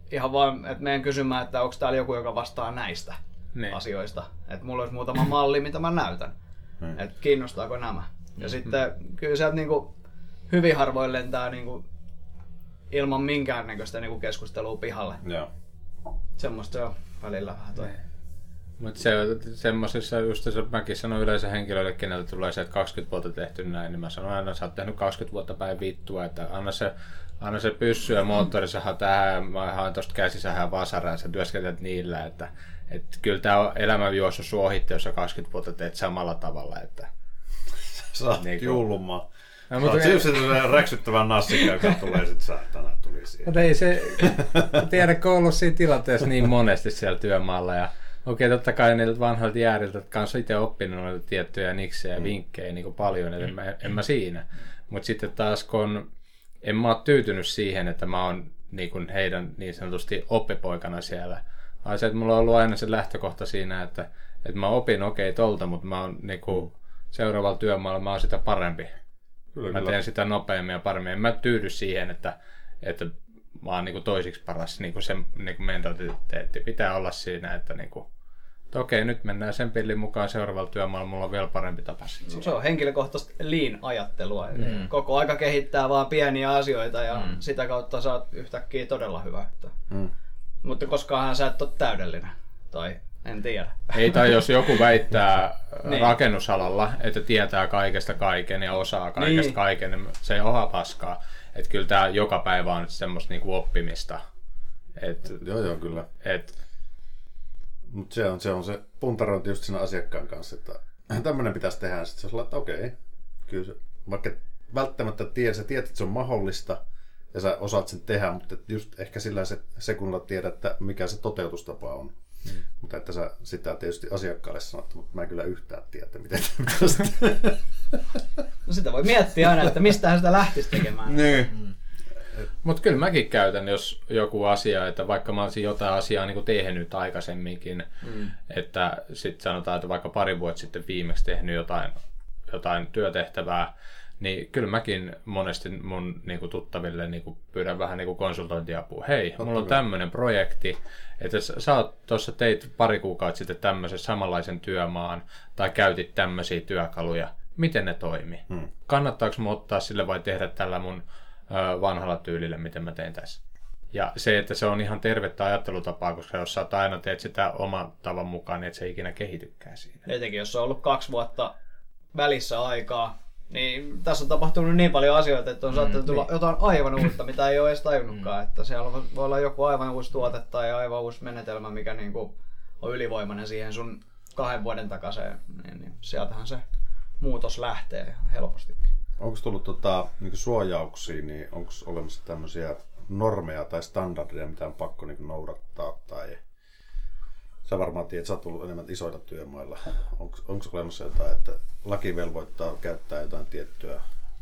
ihan vaan, että menen kysymään, että onko täällä joku, joka vastaa näistä asioista. Että mulla olisi muutama malli, mitä mä näytän. Että kiinnostaako nämä. Ja sitten kyllä sieltä niinku hyvin harvoin lentää niinku ilman minkäännäköistä niinku keskustelua pihalle. Joo. Semmoista se on välillä vähän toi. Mutta se on semmoisessa, just se mäkin sanon yleensä henkilöille, keneltä tulee se, että 20 vuotta tehty näin, niin mä sanon aina, että sä oot tehnyt 20 vuotta päin vittua, että anna se pyssy ja moottorisaha tähän, mä haen tosta käsisähän vasaraan ja sä työskentelet niillä, että kyllä tää elämänjuoksu sun ohitte, jos sä 20 vuotta teet samalla tavalla, että sä oot niin julmaa. No, mutta se on räksyttävän nassikka, joka tulee sit saatana tuli siihen. Mutta ei se, tiedä, kun on ollut siinä tilanteessa niin monesti siellä työmaalla ja okei, totta kai niiltä vanhoilta jääriltä kanssa itse oppinut noita tiettyjä niksejä ja vinkkejä niin kuin paljon, että en mä siinä. Mutta sitten taas kun en mä ole tyytynyt siihen, että mä oon niin kuin heidän niin sanotusti oppipoikana siellä, vaan se, että mulla on ollut aina se lähtökohta siinä, että mä opin tolta, mutta mä oon niin kuin seuraavalla työmaalla mä oon sitä parempi. Mä teen sitä nopeammin ja paremmin. En mä tyydy siihen, että mä oon niinku toisiksi paras. Niinku se niinku mentaliteetti pitää olla siinä, että niinku, okei, nyt mennään sen pillin mukaan seuraavalla työmaalla, mulla on vielä parempi tapa. Se on henkilökohtaista lean-ajattelua. Koko aika kehittää vaan pieniä asioita ja sitä kautta saat yhtäkkiä todella hyvä. Mutta koskaanhan sä et ole täydellinen. Tai en tiedä. Ei, tai jos joku väittää rakennusalalla, että tietää kaikesta kaiken ja osaa kaikesta kaiken, niin se ei ole paskaa. Että kyllä tämä joka päivä on semmoista niinku oppimista. Joo, kyllä. Mutta se on se puntarointi just siinä asiakkaan kanssa, että tämmöinen pitäisi tehdä. Sitten se on että okei, kyllä se, vaikka välttämättä sä tiedät, että se on mahdollista ja sä osaat sen tehdä, mutta just ehkä sillä sekunnilla tiedät, että mikä se toteutustapa on. Mutta että sä sitä tietysti asiakkaalle sanot, mutta mä en kyllä yhtään tiedä, miten tästä. No sitä voi miettiä aina, että mistähän sitä lähtisi tekemään. Niin. Mutta kyllä mäkin käytän, jos joku asia, että vaikka mä olisin jotain asiaa niin kuin tehnyt aikaisemminkin, että sitten sanotaan, että vaikka 2 vuotta sitten viimeksi tehnyt jotain työtehtävää, niin kyllä mäkin monesti mun niinku tuttaville niinku pyydän vähän niinku konsultointiapua. Hei, mulla on tämmöinen projekti, että sä tuossa teit 2 kuukautta sitten tämmöisen samanlaisen työmaan tai käytit tämmöisiä työkaluja. Miten ne toimii? Kannattaako mun ottaa sille vai tehdä tällä mun vanhalla tyylillä, miten mä tein tässä? Ja se, että se on ihan tervettä ajattelutapaa, koska jos sä aina teet sitä oman tavan mukaan, niin et se ei ikinä kehitykään siinä. Etenkin jos on ollut 2 vuotta välissä aikaa, niin tässä on tapahtunut niin paljon asioita, että on saattanut tulla jotain aivan uutta, mitä ei ole edes tajunnutkaan. Että siellä voi olla joku aivan uusi tuote tai aivan uusi menetelmä, mikä niinku on ylivoimainen siihen sun 2 vuoden takaisin. Niin sieltähän se muutos lähtee helpostikin. Onko tullut niin suojauksia, niin onko olemassa tämmöisiä normeja tai standardeja, mitä on pakko niin noudattaa? Tai sä varmaan tiedät, että sä oot tullut enemmän isoilla työmailla. Onko olemassa jotain, että laki velvoittaa käyttää jotain tiettyä?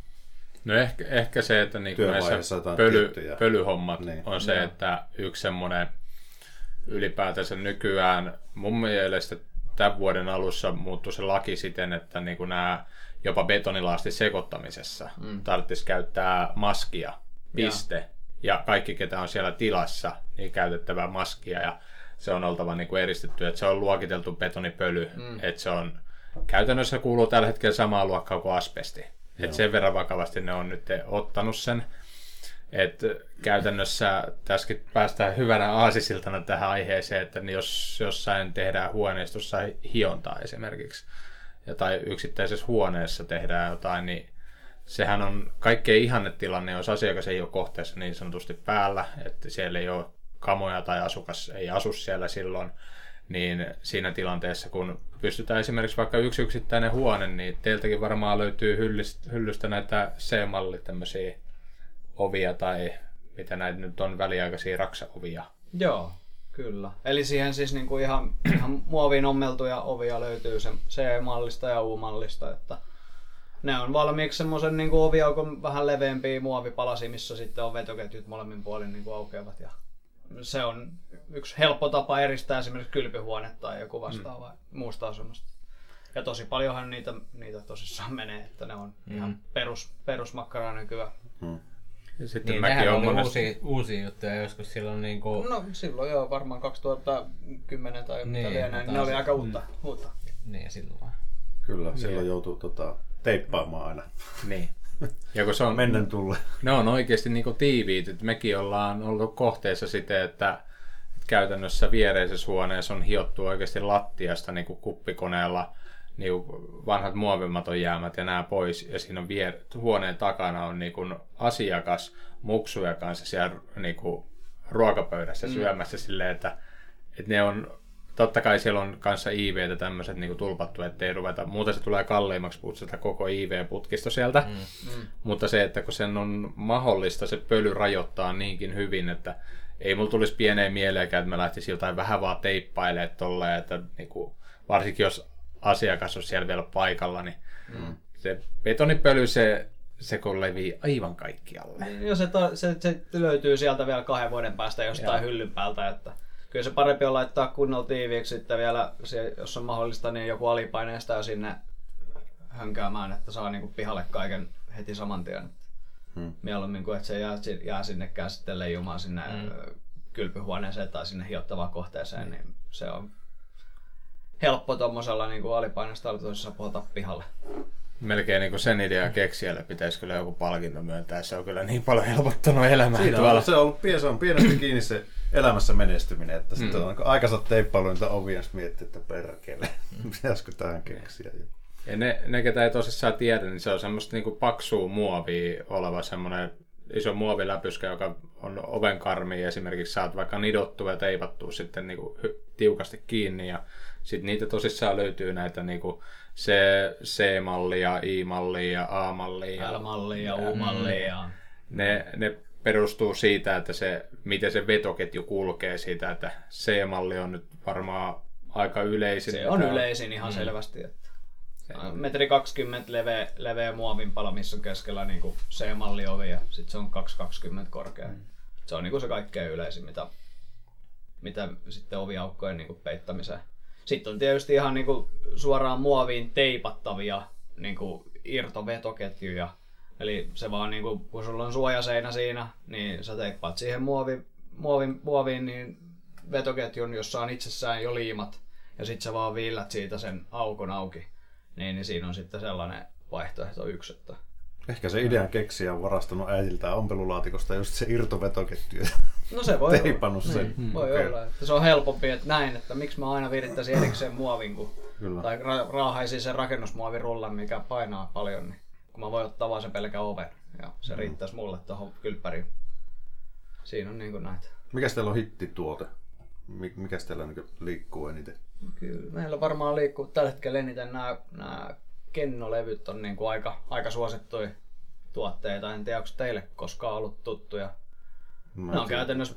No ehkä se, että niin näissä pölyhommat on se, että yksi semmoinen ylipäätänsä nykyään mun mielestä tämän vuoden alussa muuttui se laki siten, että niin kuin nämä jopa betonilaasti sekoittamisessa tarvitsisi käyttää maskia, piste. Ja kaikki, ketä on siellä tilassa, niin käytettävää maskia. Ja se on oltava niin kuin eristetty, että se on luokiteltu betonipöly. Että se on käytännössä kuuluu tällä hetkellä samaan luokkaan kuin asbesti. Että sen verran vakavasti ne on nyt ottanut sen. Että käytännössä tässäkin päästään hyvänä aasisiltana tähän aiheeseen, että jos jossain tehdään huoneistossa hiontaa esimerkiksi, tai yksittäisessä huoneessa tehdään jotain, niin sehän on kaikkein ihannetilanne, jos asiakas ei ole kohteessa niin sanotusti päällä, että siellä ei ole kamoja tai asukas ei asu siellä silloin, niin siinä tilanteessa, kun pystytään esimerkiksi vaikka yksi yksittäinen huone, niin teiltäkin varmaan löytyy hyllystä näitä C-malli tämmöisiä ovia tai mitä näitä nyt on, väliaikaisia raksaovia. Joo, kyllä. Eli siihen siis niinku ihan muoviin ommeltuja ovia löytyy se C-mallista ja U-mallista, että ne on valmiiksi semmoisen niinku oviaukon vähän leveämpiä muovipalasia, missä sitten on vetoketjut molemmin puolin niinku aukeavat. Ja se on yksi helppo tapa eristää esimerkiksi kylpyhuone tai joku vastaava muusta asunnosta. Ja tosi paljonhan niitä tosissaan menee, että ne on ihan perusmakkaraa nykyään. Ja sitten Niin, mäkin nehän on oli uusia juttuja joskus silloin niinku... No silloin joo, varmaan 2010 tai mitä Niin, lienee, ne oli aika uutta. Niin, silloin. Kyllä, silloin joutuu teippaamaan aina. Niin. Ja kun se on, Mennen tulle. ne on oikeasti niinku tiiviit, että mekin ollaan ollut kohteessa siten, että käytännössä viereisessä huoneessa on hiottu oikeasti lattiasta niinku kuppikoneella niinku vanhat muovimaton jäämät ja nämä pois. Ja siinä on huoneen takana on niinku asiakas muksuja kanssa siellä niinku ruokapöydässä syömässä silleen, että ne on... Totta kai siellä on kanssa IV:tä tämmöiset niinku tulpattu, ettei ruveta. Muuten se tulee kalliimmaksi putsata koko IV-putkisto sieltä. Mutta se, että kun sen on mahdollista se pöly rajoittaa niinkin hyvin, että ei mulla tulisi pieneen mieleenkään, että mä lähtisin jotain vähän vaan teippailemaan tolleen, että niinku, varsinkin jos asiakas on siellä vielä paikalla, niin se betonipöly se kun levii aivan kaikkialle. Ja se löytyy sieltä vielä 2 vuoden päästä jostain hyllyn päältä, että kyllä se parempi on laittaa kunnolla tiiviiksi sitten vielä, jos on mahdollista, niin joku alipaineista jo sinne hönkäämään, että saa niinku pihalle kaiken heti saman tien. Mieluummin kuin että se jää sinnekään sitten leijumaan sinne kylpyhuoneeseen tai sinne hiottavaan kohteeseen, niin se on helppo tuommoisella niinku alipaineista tosissaan puhaltaa pihalle. Melkein niin kuin sen idean keksijälle pitäisi kyllä joku palkinto myöntää. Se on kyllä niin paljon helpottanut elämää. Siinä tuolla. se on pienesti kiinni se elämässä menestyminen, että sitten on aikansa teippailu niitä ovia, jos miettii, että perkele, pitäisikö tähän keksiä. Ja ne, ketä ei tosissaan tiedä, niin se on semmoista niin kuin paksua muovia oleva semmoinen iso muoviläpyskä, joka on ovenkarmiin esimerkiksi saat vaikka nidottua ja teipattua sitten niin kuin tiukasti kiinni. Ja sitten niitä tosissaan löytyy näitä niin kuin C-mallia, I-mallia ja A-mallia. L-mallia ja U-mallia. Ne perustuu siitä, että miten se vetoketju kulkee siitä, että C-malli on nyt varmaan aika yleisin. Se on yleisin ihan selvästi. Että 1,20 leveä muovinpala, missä on keskellä niin kuin C-malliovi ja sitten se on 2,20 korkea. Se on niin kuin se kaikkein yleisin, mitä sitten oviaukkojen niin kuin peittämiseen. Sitten on tietysti ihan niin kuin suoraan muoviin teipattavia niin kuin irtovetoketjuja. Eli se vaan niin kuin, kun sulla on suojaseinä siinä, niin sä teippaat siihen muoviin niin vetoketjun, jossa on itsessään jo liimat. Ja sit sä vaan viillät siitä sen aukon auki. Niin siinä on sitten sellainen vaihtoehto yksi. Että... Ehkä se idean keksijä on varastanut äidiltään ompelulaatikosta just se irtovetoketju. No se voi teipannut sen. Voi olla, että se on helpompi, että näin, että miksi mä aina virittäisin erikseen muovin, tai raahaisin sen rakennusmuovirullan, mikä painaa paljon, niin kun mä voin ottaa vaan sen pelkän oven, ja se riittäisi mulle tuohon kylppäriin. Siinä on niinku näitä. Mikäs teillä on hittituote? Mikäs teillä niin liikkuu eniten? Kyllä, meillä varmaan liikkuu tällä hetkellä eniten nämä kennolevyt on niinku aika suosittuja tuotteita. En tiedä, onko teille koskaan ollut tuttuja. Ne on käytännössä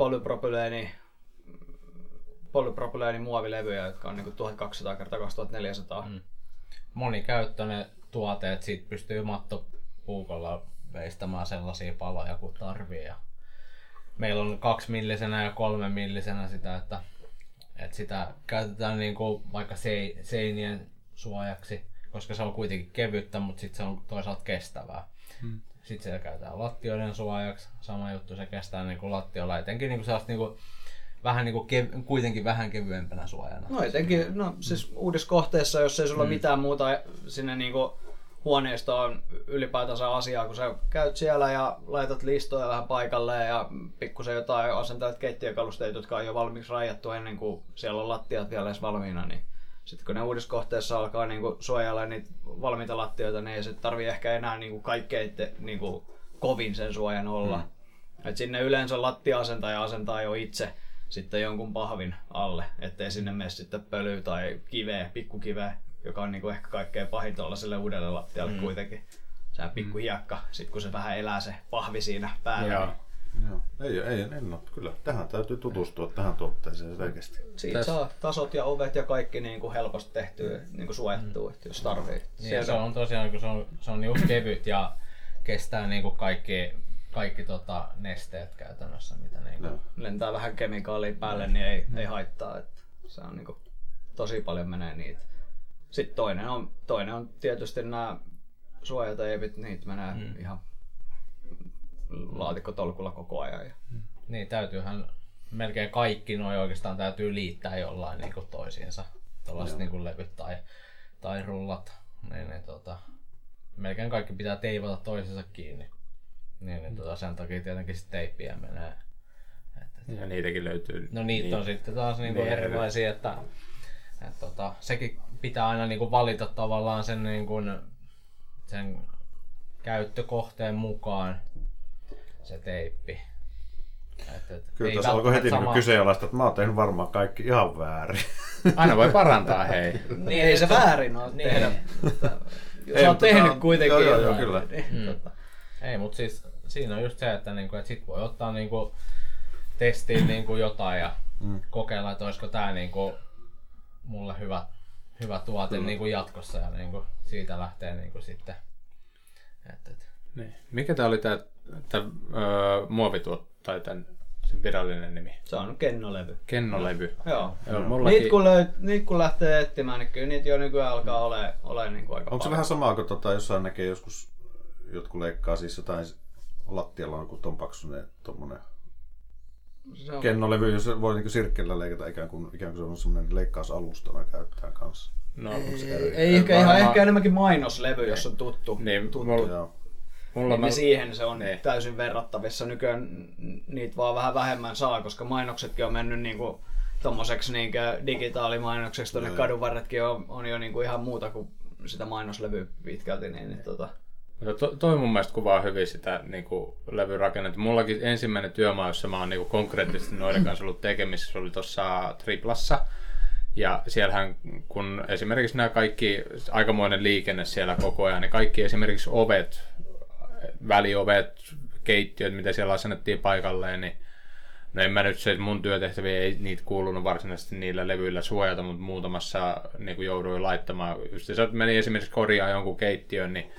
polypropyleeni muovilevyjä, jotka on niinku 1200x2400. Monikäyttöinen tuote, että siitä pystyy mattopuukolla veistämään sellaisia paloja kuin tarvii. Ja meillä on 2-millisenä ja 3-millisenä sitä, että sitä käytetään niinku vaikka seinien suojaksi, koska se on kuitenkin kevyttä, mutta sitten se on toisaalta kestävää. Sitten se käytetään lattioiden suojaksi, sama juttu, se kestää niinku lattiolla, etenkin niinku sellaista niinku, vähän niinku kuitenkin vähän kevyempänä suojana. No etenkin, siis uudessa kohteessa, jos ei sulla mitään muuta sinne niinku huoneistoon ylipäätänsä asiaa, kun sä käyt siellä ja laitat listoja vähän paikalleen ja pikkusen jotain asentelet keittiökalusteet, jotka on jo valmiiksi rajattu ennen kuin siellä on lattiat vielä edes valmiina, niin sitten kun ne uudessa kohteessa alkaa niinku suojella niitä valmiita lattioita, niin ei se tarvii ehkä enää niinku kaikkein niinku kovin sen suojan olla. Et sinne yleensä lattia-asentaja asentaa jo itse sitten jonkun pahvin alle, ettei sinne mene sitten pölyä tai kiveä, pikkukiveä, joka on niinku ehkä kaikkein pahin tuollaiselle uudelle lattialle kuitenkin. Sehän pikku hiekka, sit kun se vähän elää se pahvi siinä päällä. Joo. En ole. Kyllä, tähän täytyy tutustua tähän tuotteeseen selkeästi. Siitä saa tasot ja ovet ja kaikki niinku helposti tehtyä, niinku suojattua, jos tarvii. Niin, se on tosiaan, kun se on niinku kevyt ja kestää niinku kaikki nesteet käytännössä, mitä niinku lentää vähän kemikaalia päälle, niin ei haittaa, että se on niinku tosi paljon menee niitä. Sitten toinen on tietysti nämä suojateipit, niitä menee ihan laatikkotolkulla koko ajan. Niin, täytyyhän melkein kaikki noi oikeastaan täytyy liittää jollain niin kuin toisiinsa. Tuollaiset niin kuin levyt tai rullat. Niin, melkein kaikki pitää teipata toisensa kiinni. Niin, sen takia tietenkin sit teippiä menee. Ja niitäkin löytyy. No niitä on sitten taas niinku erilaisia, että sekin pitää aina niinku valita tavallaan sen, niinku, sen käyttökohteen mukaan se teippi. Kyllä tässä alkoi heti kyseenalaista, että mä oon tehnyt varmaan kaikki ihan väärin. Aina voi parantaa, hei. Niin ei se väärin ole tehdä. Jos oot tehnyt kuitenkin. Joo, kyllä. Ei, mutta siis siinä on just se, että sit voi ottaa testiin jotain ja kokeilla, että olisiko tää mulle hyvä tuote jatkossa ja siitä lähtee sitten. Niin. Mikä tää oli tää muovituote tai tän virallinen nimi? Se on kennolevy. Kennolevy. Joo. Mullakin... Niitä kun lähtee etsimään, niin kyllä niitä jo nykyään alkaa ole aika Onko paljon. se vähän samaa kuin jossain näkee joskus jotkut leikkaa siis jotain lattialla on joku ton paksuinen tommonen kennolevy, jos voi sirkkelillä leikata ikään kuin se on semmoinen leikkausalustana käyttää kanssa. No, ei ehkä enemmänkin mainoslevy, jos on tuttu. Niin, Niin siihen se on täysin verrattavissa. Nykyään niitä vaan vähän vähemmän saa, koska mainoksetkin on mennyt tommoseksi digitaalimainokseksi. Tuonne kadunvarretkin on jo ihan muuta kuin sitä mainoslevyä pitkälti. Toi mun mielestä kuvaa hyvin sitä levyrakennetta. Mullakin ensimmäinen työmaa, jossa mä oon konkreettisesti noiden kanssa ollut tekemisissä, oli tuossa Triplassa. Ja siellähän, kun esimerkiksi nämä kaikki, aikamoinen liikenne siellä koko ajan, niin kaikki esimerkiksi ovet, väliovet, keittiöt, mitä siellä asennettiin paikalleen, niin no en mä nyt se, mun työtehtäviä ei niitä kuulunut varsinaisesti niillä levyillä suojata, mutta muutamassa jouduin laittamaan. Just se meni esimerkiksi korjaa jonkun keittiön, niin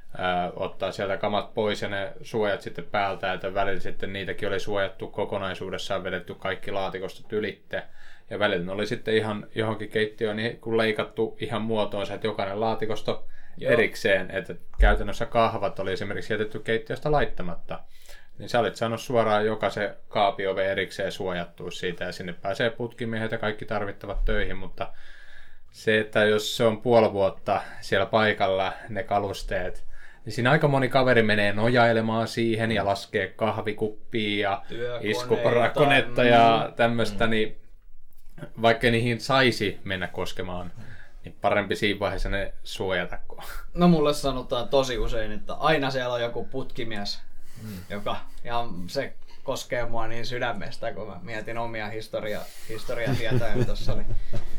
ottaa sieltä kamat pois ja ne suojat sitten päältä, että välillä sitten niitäkin oli suojattu kokonaisuudessaan, vedetty kaikki laatikostot ylitte. Ja välillä oli sitten ihan johonkin keittiöön niin kun leikattu ihan muotoonsa, että jokainen laatikosto erikseen, että käytännössä kahvat oli esimerkiksi jätetty keittiöstä laittamatta. Niin sä olit saanut suoraan jokaisen kaapiove erikseen suojattua siitä ja sinne pääsee putkimiehet ja kaikki tarvittavat töihin, mutta se, että jos se on puoli vuotta siellä paikalla ne kalusteet, niin siinä aika moni kaveri menee nojailemaan siihen ja laskee kahvikuppia ja iskukonetta ja tämmöistä, niin vaikka niihin saisi mennä koskemaan, niin parempi siinä vaiheessa ne suojata. No mulle sanotaan tosi usein, että aina siellä on joku putkimies, ja se koskee mua niin sydämestä, kun mä mietin omia historiatietoja tuossa. Niin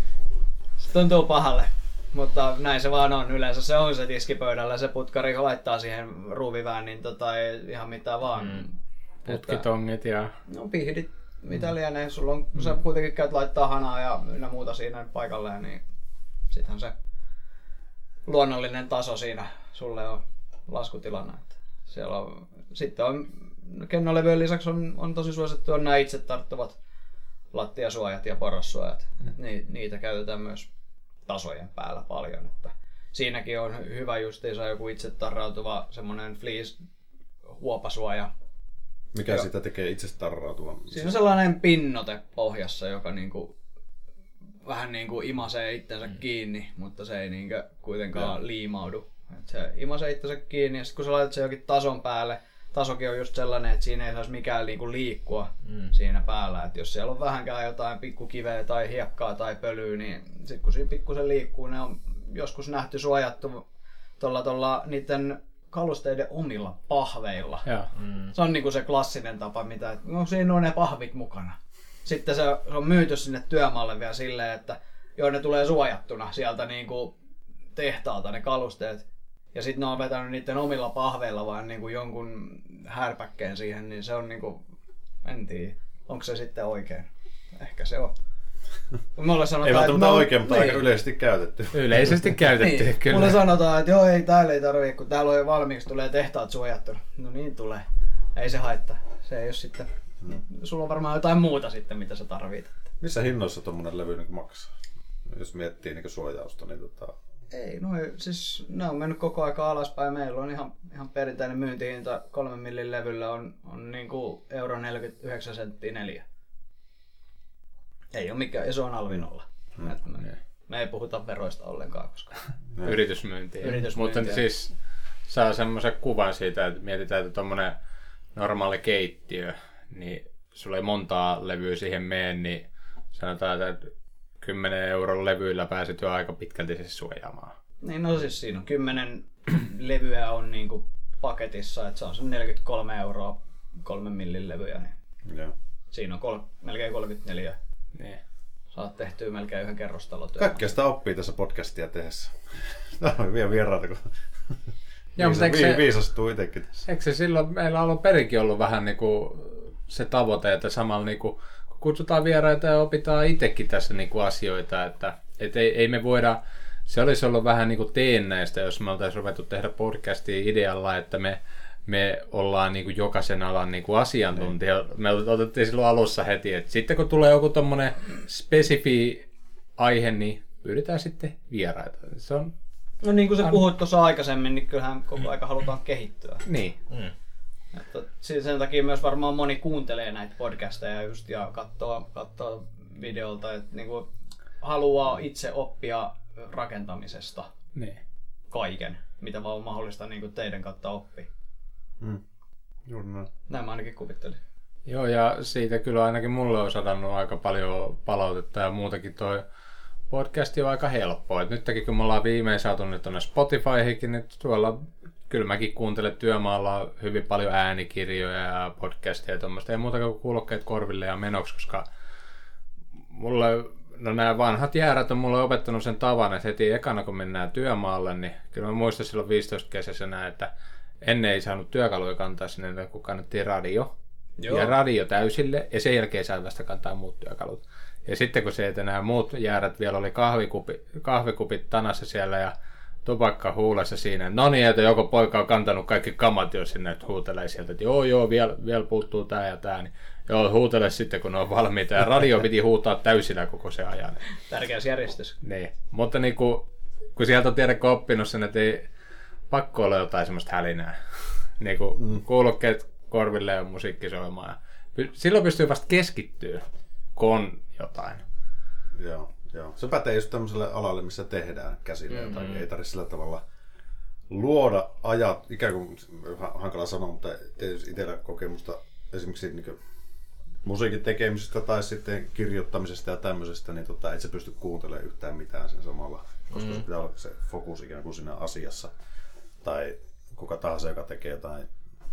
se tuntuu pahalle, mutta näin se vaan on. Yleensä se on se tiskipöydällä, se putkari laittaa siihen ruuvivään, niin ei ihan mitään vaan. Putkitongit ja... No pihdit, mitä lienee. Sulla on, kun sä kuitenkin käyt laittaa hanaa ja ynnä muuta siinä paikalleen, niin sittenhän se luonnollinen taso siinä sulle on laskutilanne. Siellä on, sitten on kennolevyjen lisäksi on tosi suosittu on nämä itse tarttuvat lattiasuojat ja porrassuojat. Niitä käytetään myös tasojen päällä paljon. Että siinäkin on hyvä justiinsa joku itse tarrautuva semmoinen fleece huopasuoja. Mikä sitä tekee itse tarrautuvan? Siinä on sellainen pinnote pohjassa, joka vähän imasee itsensä kiinni, mutta se ei kuitenkaan liimaudu. Se imasee itsensä kiinni ja sitten kun sä laitat sen jokin tason päälle, tasokin on just sellainen, että siinä ei saisi mikään liikkua siinä päällä. Et jos siellä on vähänkään jotain pikkukiveä tai hiekkaa tai pölyä, niin sitten kun siinä pikkusen liikkuu, ne on joskus nähty suojattu tuolla niiden kalusteiden omilla pahveilla. Se on se klassinen tapa, mitä siinä on ne pahvit mukana. Sitten se on myyty sinne työmaalle vielä silleen, että ne tulee suojattuna sieltä tehtaalta ne kalusteet. Ja sitten ne on vetänyt niiden omilla pahveilla vaan jonkun härpäkkeen siihen, niin se on en tiedä, onko se sitten oikein. Ehkä se on. Mulle sanotaan, ei välttämättä oikein, mutta aika yleisesti käytetty. Yleisesti käytetty, niin. Kyllä. Mulle sanotaan, että ei täällä ei tarvitse, kun täällä on jo valmiiksi, tulee tehtaat suojattuna. No niin tulee. Ei se haittaa. Se ei ole sitten. Sulla on varmaan jotain muuta sitten, mitä sä tarvitset. Missä hinnoissa tommonen levy maksaa? Jos miettii suojausta, niin Ei, siis ne on mennyt koko aika alaspäin. Meillä on ihan perinteinen myyntihinta 3 millin levyllä on niinku euro 49 senttiä 4. Ei ole mikään, ja se on alvinolla. Me ei puhuta veroista ollenkaan, koska Yritysmyyntiä. Mutta siis saa semmoisen kuvan siitä, että mietitään, että tommonen normaali keittiö, niin sulla ei montaa levyä siihen mene, niin sanotaan, että 10 euron levyillä pääset jo aika pitkälti siis suojaamaan. Niin, no siis siinä on 10 levyä on niinku paketissa, että se on se 43 euroa 3 millin levyjä. Niin Joo. siinä on melkein 34. Niin. Saat tehtyä melkein yhden kerrostalotyön. Kaikkea sitä oppii tässä podcastia tehdessä. Tämä on vielä vieraata, kun viisastuu itsekin tässä. Eikö se silloin, meillä on perinkin ollut vähän niinku se tavoite, että samalla niinku, kun kutsutaan vieraita ja opitaan itsekin tässä niinku asioita, että ei me voida, se olisi ollut vähän niinku teennäistä, jos me oltaisiin ruvettu tehdä podcastia idealla, että me ollaan niinku jokaisen alan niinku asiantuntija. Me otettiin silloin alussa heti, että sitten kun tulee joku tommonen spesifi aihe, niin pyydetään sitten vieraita. Se on... No niin kuin sä puhuit tuossa aikaisemmin, niin kyllähän koko aika halutaan kehittyä. Niin. Että sen takia myös varmaan moni kuuntelee näitä podcasteja just ja katsoo videolta, että niinku haluaa itse oppia rakentamisesta kaiken, mitä vaan on mahdollista niinku teidän kautta oppia. Juuri näin. Näin mä ainakin kuvittelin. Joo, ja siitä kyllä ainakin mulle on sadannut aika paljon palautetta ja muutakin toi podcasti on aika helppoa. Et nytkin kun me ollaan viimein saatu nyt tuonne Spotifyhinkin, niin tuolla kyllä mäkin kuuntelen työmaalla hyvin paljon äänikirjoja ja podcastia ja tuommoista. Ei muuta kuin kuulokkeet korville ja menoksi, koska nämä vanhat jäärät on mulle opettanut sen tavan, että heti ekana kun mennään työmaalle, niin kyllä mä muistan silloin 15-kesäisenä, että ennen ei saanut työkaluja kantaa sinne, kun kannettiin radio. Joo. Ja radio täysille, ja sen jälkeen sai vasta kantaa muut työkalut. Ja sitten kun se, että nämä muut jäärät vielä oli kahvikupit tanassa siellä ja tupakka huulessa siinä. No niin, että joko poika on kantanut kaikki kamat jo sinne, että huutelee sieltä, että joo, vielä puuttuu tää ja tää. Niin joo, huutele sitten, kun ne on valmiita. Ja radio piti huutaa täysillä koko se ajan. Tärkeäs järjestys. Niin, mutta niin kun sieltä on tiedäkö oppinut sen, että ei pakko olla jotain semmoista hälinää. Niin kuin kuulokkeet korville ja musiikki soimaan. Silloin pystyy vasta keskittyä, kun on jotain. Joo. Se pätee just tämmöiselle alalle, missä tehdään käsillä jotain. Ei tarvitse sillä tavalla luoda ajat, ikään kuin hankala sanoa, mutta tietysti itsellä kokemusta esimerkiksi niin musiikin tekemisestä tai sitten kirjoittamisesta ja tämmöisestä, niin et sä pysty kuuntelemaan yhtään mitään sen samalla, koska se pitää olla se fokus ikään kuin siinä asiassa. Tai kuka tahansa, joka tekee jotain,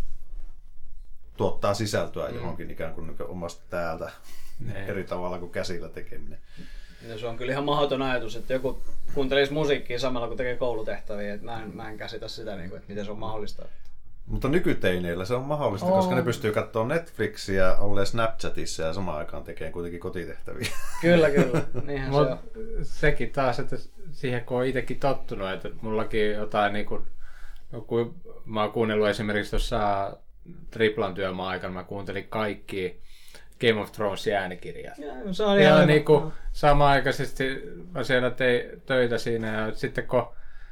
tuottaa sisältöä johonkin ikään kuin omasta täältä eri tavalla kuin käsillä tekeminen. Ja se on kyllä ihan mahdoton ajatus, että joku kuuntelisi musiikkia samalla kun tekee koulutehtäviä. Että mä en käsitä sitä, että miten se on mahdollista. Mutta nykyteineillä se on mahdollista, koska ne pystyy katsoa Netflixiä, olleen Snapchatissa ja samaan aikaan tekee kuitenkin kotitehtäviä. Kyllä. Niinhän se on. Sekin taas, että siihen kun on itsekin tottunut, että mullakin jotain niin kuin, kun mä oon kuunnellut esimerkiksi tuossa Triplan työmaan aikana, mä kuuntelin kaikki Game of Thronesin äänikirjat. Se on ihan niin kuin samanaikaisesti mä siellä tein töitä siinä ja sitten kun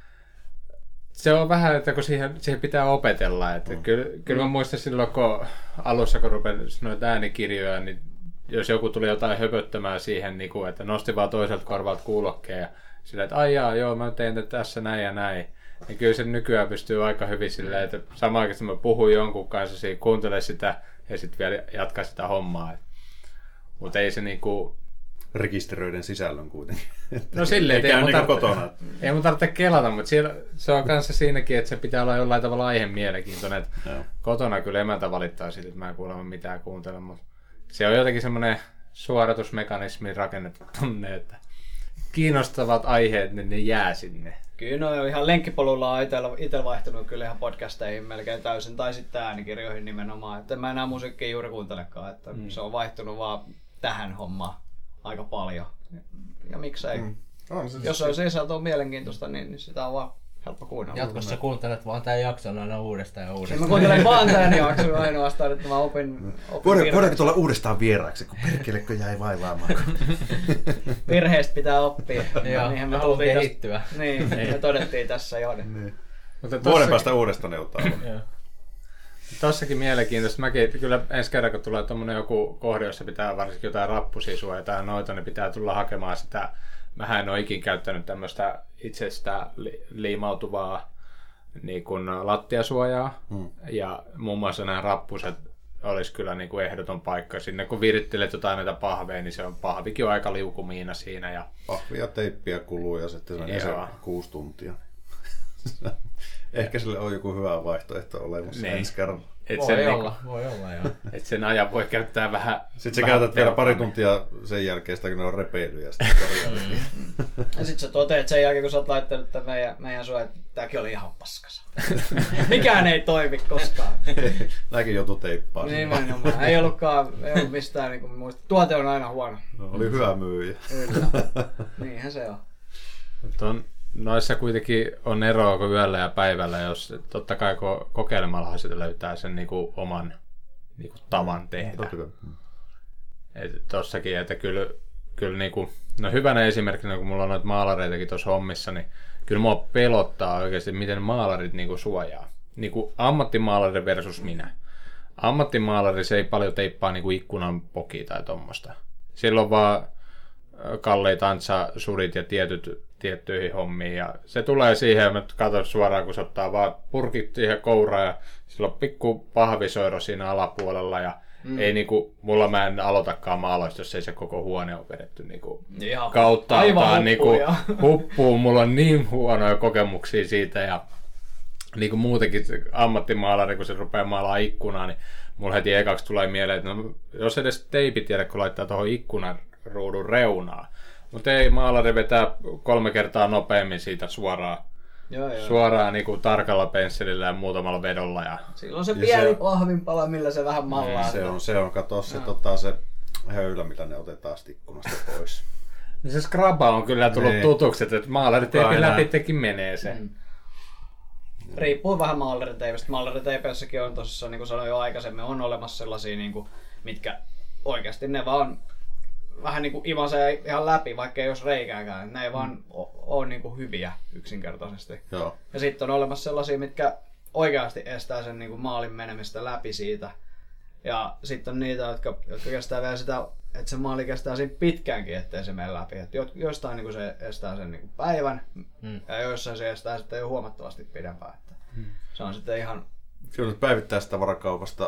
se on vähän, että kun siihen pitää opetella. Että kyllä mä muistan silloin, kun alussa kun rupesin noita äänikirjoja, niin jos joku tuli jotain höpöttämään siihen, niin kuin, että nosti vaan toiselta korvalta kuulokkeen ja sillä, että joo, mä tein tässä näin ja näin. Niin kyllä se nykyään pystyy aika hyvin silleen, että samanaikaisesti mä puhun jonkun kanssa siinä, kuuntele sitä ja sitten vielä jatkaa sitä hommaa. Mutta ei se niinku rekisteröiden sisällön kuitenkin. No silleen, ei mun tarvitse kelata, mutta se on kanssa siinäkin, että se pitää olla jollain tavalla aihe mielenkiintoinen. Kotona kyllä emäntä valittaa siitä, että mä en kuulemma mitään kuuntele, mutta se on jotenkin semmoinen suoratusmekanismi rakennettu tonne, että kiinnostavat aiheet, niin ne jää sinne. Kyllä no ihan lenkkipolulla on itsellä vaihtunut kyllä ihan podcasteihin melkein täysin, tai sitten äänikirjoihin nimenomaan, että mä enää musiikkia juuri kuuntelekaan, että se on vaihtunut vaan tähän hommaan aika paljon. Ja miksei. Jos olisi sisältö mielenkiintoista, niin sitä on vaan helppo kuunnella. Jatkossa kuuntelet vaan tämän jakson aina uudestaan ja uudestaan. Mä kuuntelen vaan tämän jakson ainoastaan, että mä opin Voidaanko tulla uudestaan vieraaksi, kun perkelekö jäi vaivaamaan? Virheistä pitää oppia. Joo, niinhän me haluan tultiin kehittyä. Niin, me todettiin tässä jo. Niin. Vuoden päästä uudestaan neutaan. Tossakin mielenkiintoista. Mäkin kyllä ensi kerran, kun tulee tommonen joku kohde, jossa pitää varsinkin jotain rappusisua ja jotain noita, niin pitää tulla hakemaan sitä. Mähän en ole ikin käyttänyt tämmöistä itsestä liimautuvaa niin kuin lattiasuojaa. Ja muun muassa nämä rappuset olisi kyllä niin kuin ehdoton paikka. Sinne kun virittelet jotain näitä pahveja, niin se on pahvikin on aika liukumiina siinä. Ja pahvia, teippiä kuluu ja sitten se 6 tuntia. Ehkä sille on joku hyvä vaihtoehto olemassa ensi kerran. Voi olla, joo. Että sen ajan voi käyttää vähän. Sitten sä käytät vielä pari tuntia sen jälkeen sitä, kun ne on repeilyt ja sitten korjaa. Ja sit sä toteat sen jälkeen, kun sä oot laittanut tämän meidän suojat, että tääkin oli ihan paskassa. Mikään ei toimi koskaan. Nämäkin joutui teippaan. Nimenomaan. Ei ollut mistään niin muista. Tuote on aina huono. No, oli hyvä myyjä. Kyllä. Niinhän se on. Noissa kuitenkin on eroa kuin yöllä ja päivällä, jos totta kai kokeilemalla sitä löytää sen niinku oman niinku tavan tehdä. Tossakin, että kyllä niinku, no hyvänä esimerkkinä, kun mulla on noita maalareitakin tuossa hommissa, niin kyllä mua pelottaa oikeasti, miten maalarit niinku suojaa. Niinku ammattimaalari versus minä. Ammattimaalari se ei paljon teippaa niinku ikkunan poki tai tommosta. Silloin vaan kalleita antsasurit ja tiettyihin hommiin. Ja se tulee siihen, että katson suoraan, kun se ottaa vaan purkit siihen kouraan ja sillä on pikku pahvisoiro siinä alapuolella. Ja ei niinku, mä en aloitakaan maalaista, jos ei se koko huone on vedetty niinku kauttaaltaan niinku huppuu. Mulla on niin huonoja kokemuksia siitä ja niinku muutenkin ammattimaalari, kun se rupeaa maalaa ikkunaa, niin mulla heti ekaksi tulee mieleen, että no, jos edes teipit tiedä, kun laittaa tuohon ikkunan ruudun reunaa. Mutta ei, maalari vetää 3 kertaa nopeammin siitä suoraan niin kuin tarkalla pensselillä ja muutamalla vedolla. Ja silloin se pieni pahvinpala, millä se vähän mallaa. Se on, kato se höylä, mitä ne otetaan ikkunasta pois. Se skraba on kyllä tullut tutuksi, että maalari läpittekin menee se. Riippuu vähän maalariteipistä. Maalariteipessäkin on tosissaan, niin kuin sanoin jo aikaisemmin, on olemassa sellaisia, niin kuin, mitkä oikeasti ne vaan vähän niin kuin imasee ihan läpi, vaikka ei olisi reikääkään. Ne ei vaan ole niin kuin hyviä yksinkertaisesti. Joo. Ja sitten on olemassa sellaisia, mitkä oikeasti estää sen niin kuin maalin menemistä läpi siitä. Ja sitten on niitä, jotka kestää vielä sitä, että se maali kestää siinä pitkäänkin, ettei se mene läpi. Et jostain niin kuin se estää sen niin kuin päivän ja joissain se estää sitten jo huomattavasti pidempään. Että se on sitten ihan... Kyllä päivittäistavarakaupasta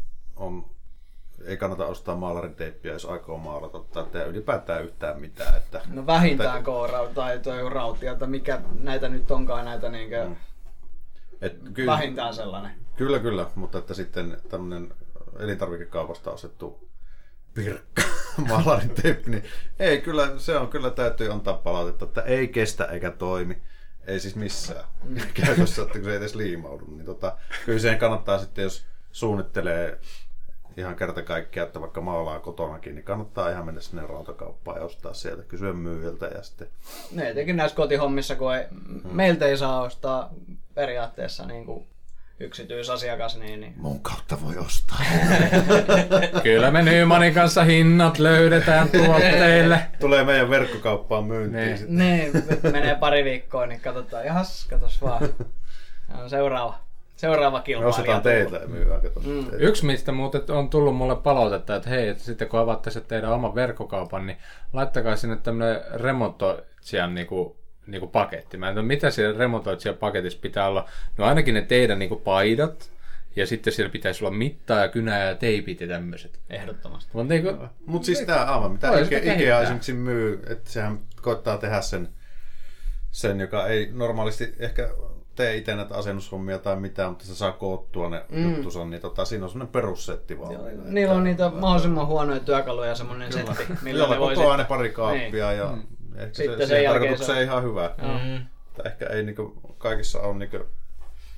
ei kannata ostaa maalariteippiä, jos aikoo maalata tai ylipäätään yhtään mitään. Että, no vähintään K-rauta tai tuo rautia, että mikä näitä nyt onkaan näitä niinkö... Vähintään sellainen. Kyllä, mutta että sitten tämmöinen elintarvikekaupasta ostettu pirkka maalariteippi, niin ei kyllä, se on kyllä täytyy antaa palautetta, että ei kestä eikä toimi. Ei siis missään käytössä, että kun se ei edes liimaudu. Niin kyllä siihen kannattaa sitten, jos suunnittelee ihan kerta kaikkiaan, että vaikka maalaa kotonakin, niin kannattaa ihan mennä sinne rautakauppaan ja ostaa sieltä, kysyä myyjältä ja sitten... Ne etenkin näissä kotihommissa, kun meiltä ei saa ostaa periaatteessa niin kuin yksityisasiakas, niin... Mun kautta voi ostaa. Kyllä me Nymanin kanssa hinnat löydetään tuotteille. Tulee meidän verkkokauppaan myyntiin sitten. Niin, menee pari viikkoa, niin katsotaan, katos vaan. Seuraava kilpailija. Me ostetaan teitä ja myydään. Yksi mistä muuten on tullut mulle palautetta, että hei, että sitten kun avaatte teidän oman verkkokaupan, niin laittakaa sinne tämmöinen remontoitsijan niinku paketti. Mä en tiedä, mitä siellä remontoitsijan paketissa pitää olla. No ainakin ne teidän niinku paidat, ja sitten siellä pitäisi olla mittaa ja kynää ja teipit ja tämmöiset. Ehdottomasti. Mutta siis tämä aivan, mitä Ikea esimerkiksi myy, että sehän koittaa tehdä sen, joka ei normaalisti ehkä tee itse näitä asennushommia tai mitään, mutta se saa koottua ne juttusa, niin siinä on semmoinen perussetti vaan. Niillä on niitä mahdollisimman huonoja työkaluja ja semmoinen setti, millä ne voi sitten... pari kaappia ja ehkä se tarkoitukseen ihan hyvä. Mm. Ehkä ei niinku kaikissa ole niinku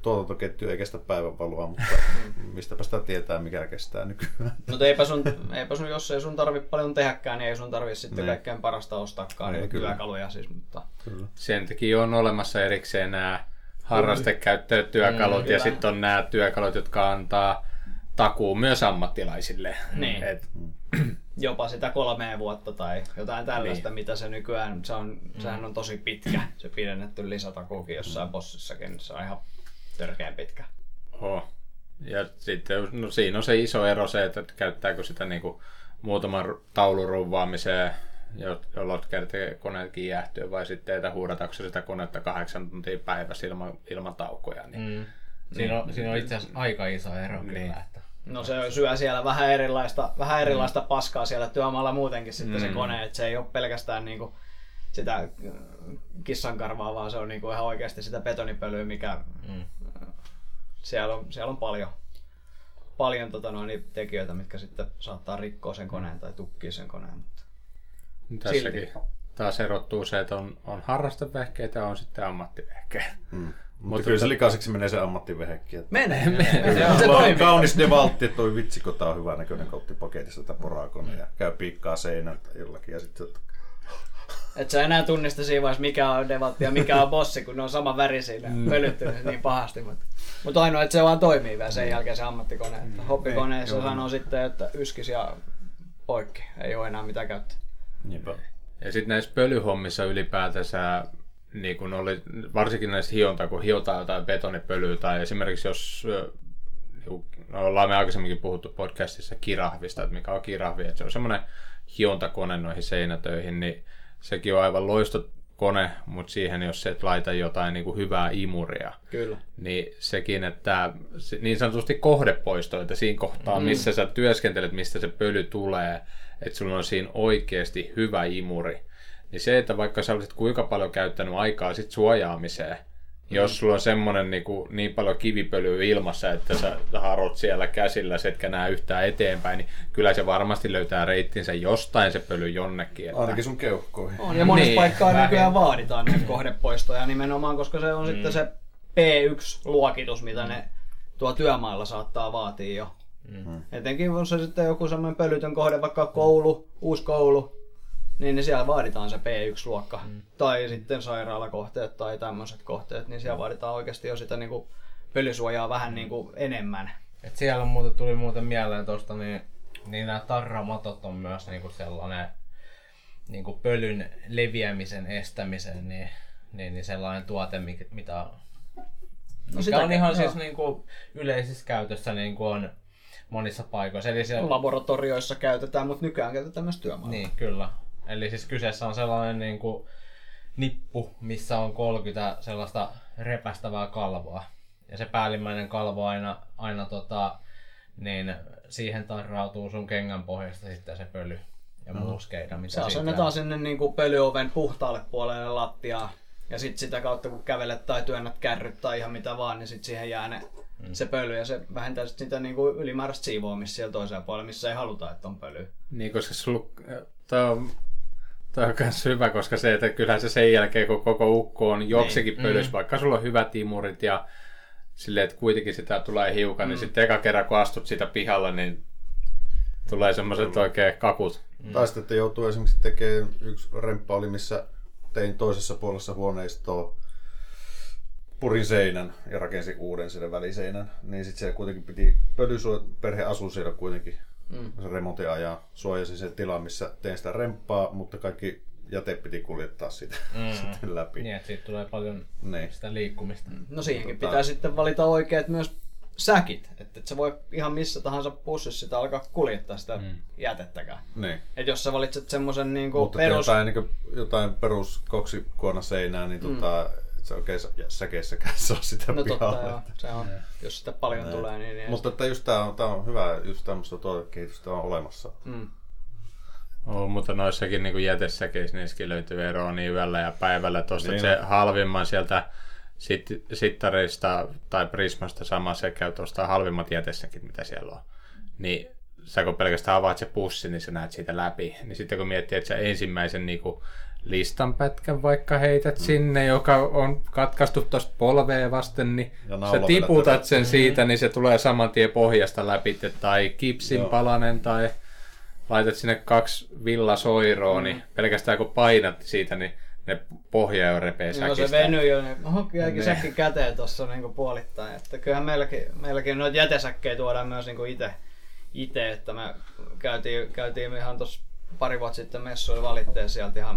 tuotantoketju ei kestä päivänvaloa, mutta mistäpä sitä tietää, mikä kestää nykyään. Mutta eipä sun, jos ei sun tarvitse paljon tehdäkään, niin ei sun tarvitse sitten kaikkein parasta ostaakaan niin työkaluja. Siis, mutta... Sen takia on olemassa erikseen nämä harrastekäyttötyökalut ja sitten on nämä työkalut, jotka antaa takuu myös ammattilaisille. Niin. Jopa sitä 3 vuotta tai jotain tällaista, mitä se nykyään, sehän on tosi pitkä, se pidennetty lisätakuukin jossain bossissakin, se on ihan törkeän pitkä. Oho. Ja sitten siinä on se iso ero se, että käyttääkö sitä niinku muutaman taulun ruuvaamiseen, jolloin kertoo koneetkin jäähtyä, vai sitten, että huudataanko sitä konetta 8 tuntia päivässä ilman taukoja. Niin. Siinä on itse asiassa aika iso ero kyllä. Että... No se syö siellä vähän erilaista paskaa siellä työmaalla muutenkin sitten se kone, että se ei ole pelkästään niinku sitä kissankarvaa, vaan se on niinku ihan oikeasti sitä betonipölyä, mikä siellä on paljon tekijöitä, mitkä sitten saattaa rikkoa sen koneen tai tukkii sen koneen. Mutta tässäkin taas erottuu se, että on harrastevehkeitä ja on sitten ammattivehkeitä. Mutta kyllä se likaiseksi menee se ammattivehekki. Menee. Se on kaunis devaltti, että toi vitsi, on hyvän näköinen kautti paketissa tätä porakone ja käy piikkaa seinältä jollakin ja sitten et sä enää tunnista siinä vaiheessa, mikä on devaltti ja mikä on bossi, kun ne on sama väri siinä pölyttynyt niin pahasti. Mutta ainoa, että se vaan toimii vielä sen jälkeen se ammattikone. Hobbikoneessa sanoo sitten, että yskis ja poikki. Ei ole enää mitään käyttöä. Niinpä. Ja sitten näissä pölyhommissa ylipäätänsä, niin kun oli, varsinkin näistä kun hiotaan jotain betonipölyä, tai esimerkiksi jos ollaan me aikaisemminkin puhuttu podcastissa kirahvista, että mikä on kirahvi, että se on semmoinen hiontakone noihin seinätöihin, niin sekin on aivan loistokone, mutta siihen jos et laita jotain niin kuin hyvää imuria, kyllä, niin sekin, että niin sanotusti kohdepoisto, että siinä kohtaa, missä sä työskentelet, mistä se pöly tulee, että sulla on siinä oikeasti hyvä imuri, niin se, että vaikka sä olisit kuinka paljon käyttänyt aikaa sit suojaamiseen, jos sulla on semmoinen niin paljon kivipölyä ilmassa, että sä harot siellä käsillä, etkä näe yhtään eteenpäin, niin kyllä se varmasti löytää reittinsä jostain se pöly jonnekin. Että... Ainakin sun keuhkoihin. On, ja monessa paikkaa nykyään vaaditaan näitä kohdepoistoja nimenomaan, koska se on sitten se P1-luokitus, mitä ne tuo työmailla saattaa vaatia jo. Etenkin on se sitten joku semmoinen pölytön kohde, vaikka koulu, uusi koulu, niin siellä vaaditaan se P1-luokka. Tai sitten sairaalakohteet tai tämmöiset kohteet, niin siellä vaaditaan oikeasti jo sitä niinku pölysuojaa vähän niinku enemmän. Et siellä tuli muuten mieleen tuosta, niin nämä tarramatot on myös niinku sellainen niinku pölyn leviämisen estämisen, niin sellainen tuote, mitä on ihan siis niinku yleisessä käytössä niinku on monissa paikoissa. Eli siellä... Laboratorioissa käytetään, mutta nykyään käytetään myös työmaalla. Niin, kyllä. Eli siis kyseessä on sellainen niin kuin nippu, missä on 30 sellaista repästävää kalvoa. Ja se päällimmäinen kalvo aina niin siihen tarrautuu sun kengän pohjasta sitten se pöly ja muuskeita. Se asennetaan sinne niin kuin pölyoven puhtaalle puolelle lattiaa. Ja sitten sitä kautta kun kävelet tai työnnät kärryt tai ihan mitä vaan, niin sitten siihen jää se pöly. Ja se vähentää sit sitä niin kuin ylimääräistä siivoamista siellä toisella puolella, missä ei haluta, että on pölyä. Niin, koska Tämä on myös hyvä, koska se, että kyllähän se sen jälkeen, kun koko ukko on joksikin pölys, vaikka sulla on hyvät imurit ja silleen, että kuitenkin sitä tulee hiukan, niin sitten eka kerran kun astut sitä pihalla, niin tulee semmoiset oikein kakut. Tai sitten, että joutuu esimerkiksi tekemään, yksi remppa oli, missä tein toisessa puolessa huoneistoa, purin seinän ja rakensin uuden sen väliseinän, niin sitten se kuitenkin piti, perhe asuu siellä kuitenkin. Se remontin ajan suojasin sen tilan, missä tein sitä remppaa, mutta kaikki jäte piti kuljettaa sitä sitten läpi. Niin, että siitä tulee paljon sitä liikkumista. No siihenkin pitää sitten valita oikeat myös säkit, että et sä voi ihan missä tahansa pussissa sitä alkaa kuljettaa sitä jätettäkään. Niin. Et jos sä valitset semmoisen niinku mutta perus... jotain perus koksikuonaseinää, niin se oikein säkeissäkään saa sitä no pihalla. Totta, joo. Se on, jos sitä paljon tulee, niin... Mutta että just tää on hyvä, just tämmöistä tuotekehitystä on olemassa. Mutta noissakin niin jätesäkeissä niissäkin löytyy eroa niin yöllä ja päivällä. Tuosta niin se halvimman sieltä Sittarista tai Prismasta sama se käy tuosta halvimmat jätesäkit, mitä siellä on. Niin sä kun pelkästään avaat se pussi, niin sä näet siitä läpi. Niin sitten kun miettii, että sä ensimmäisen niin listanpätkän vaikka heität sinne, joka on katkaistu tuosta polvea vasten, niin sä tiputat sen siitä, niin se tulee saman tien pohjasta läpi, tai kipsin palanen, tai laitat sinne 2 villasoiroa, niin pelkästään kun painat siitä, niin ne pohja jo repee säkistä. No se venyy jo, niin jäikin säkki käteen tuossa niinku puolittain. Että kyllähän meilläkin noita jätesäkkejä tuodaan myös niinku itse, että me käytiin ihan tuossa pari vuotta sitten messuilla valitteen sieltä ihan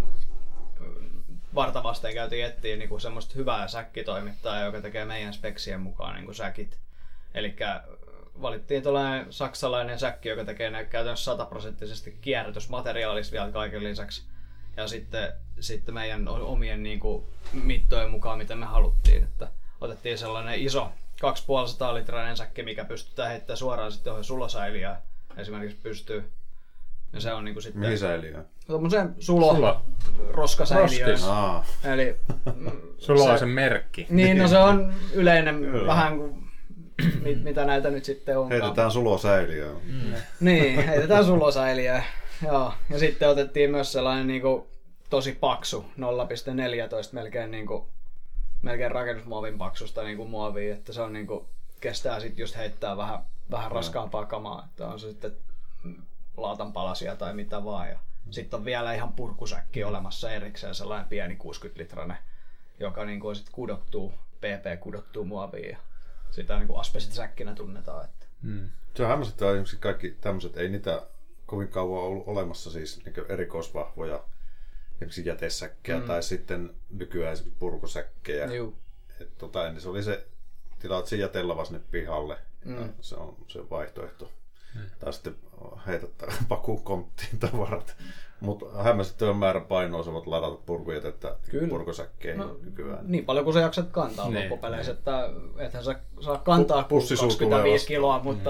vartavasten käytiin etsiä niinku semmoista hyvää säkkitoimittajaa, joka tekee meidän speksien mukaan niinku säkit. Elikkä valittiin tuollainen saksalainen säkki, joka tekee ne käytännössä 100% kierrätysmateriaalista vielä kaiken lisäksi. Ja sitten meidän omien niinku mittojen mukaan, mitä me haluttiin. Että otettiin sellainen iso 250 litrainen säkki, mikä pystytään heittämään suoraan sitten johon sulosäiliöön esimerkiksi pystyy. Ja se on niinku sitten... Mihin säiliöön? Tuommoiseen roskasäiliöön. Eli sulo on se merkki. Niin, no se on yleinen vähän kuin mitä näitä nyt sitten onkaan. Heitetään sulosäiliöön. Niin, heitetään sulosäiliöön. Joo. Ja sitten otettiin myös sellainen niinku tosi paksu, 0,14 melkein rakennusmuovin paksusta niinku muovia, että se on niinku kestää sitten just heittää vähän raskaampaa kamaa, että on se sitten laatanpalasia tai mitä vaan. Ja sitten on vielä ihan purkusäkki olemassa erikseen, sellainen pieni 60-litrainen, joka niinku on sitten PP-kudottuu muoviin ja sitä niinku asbestisäkkinä tunnetaan. Että. Se on hämmästyttävää, esimerkiksi kaikki tämmöiset, ei niitä kovin kauan ollut olemassa siis niin erikoisvahvoja esimerkiksi jätesäkkejä tai sitten nykyään esimerkiksi purkusäkkejä. Niin se oli se, tilaat sen jätelavas sinne pihalle, se on se vaihtoehto. Tai sitten heität pakukonttiin tavarat. Mutta hämmästyttävän määrän painoa sä voit ladata purkujätettä purkusäkkeihin nykyään. Niin paljon kuin sä jaksat kantaa loppupeleissä, että ethän sä saa kantaa 25 kiloa, mutta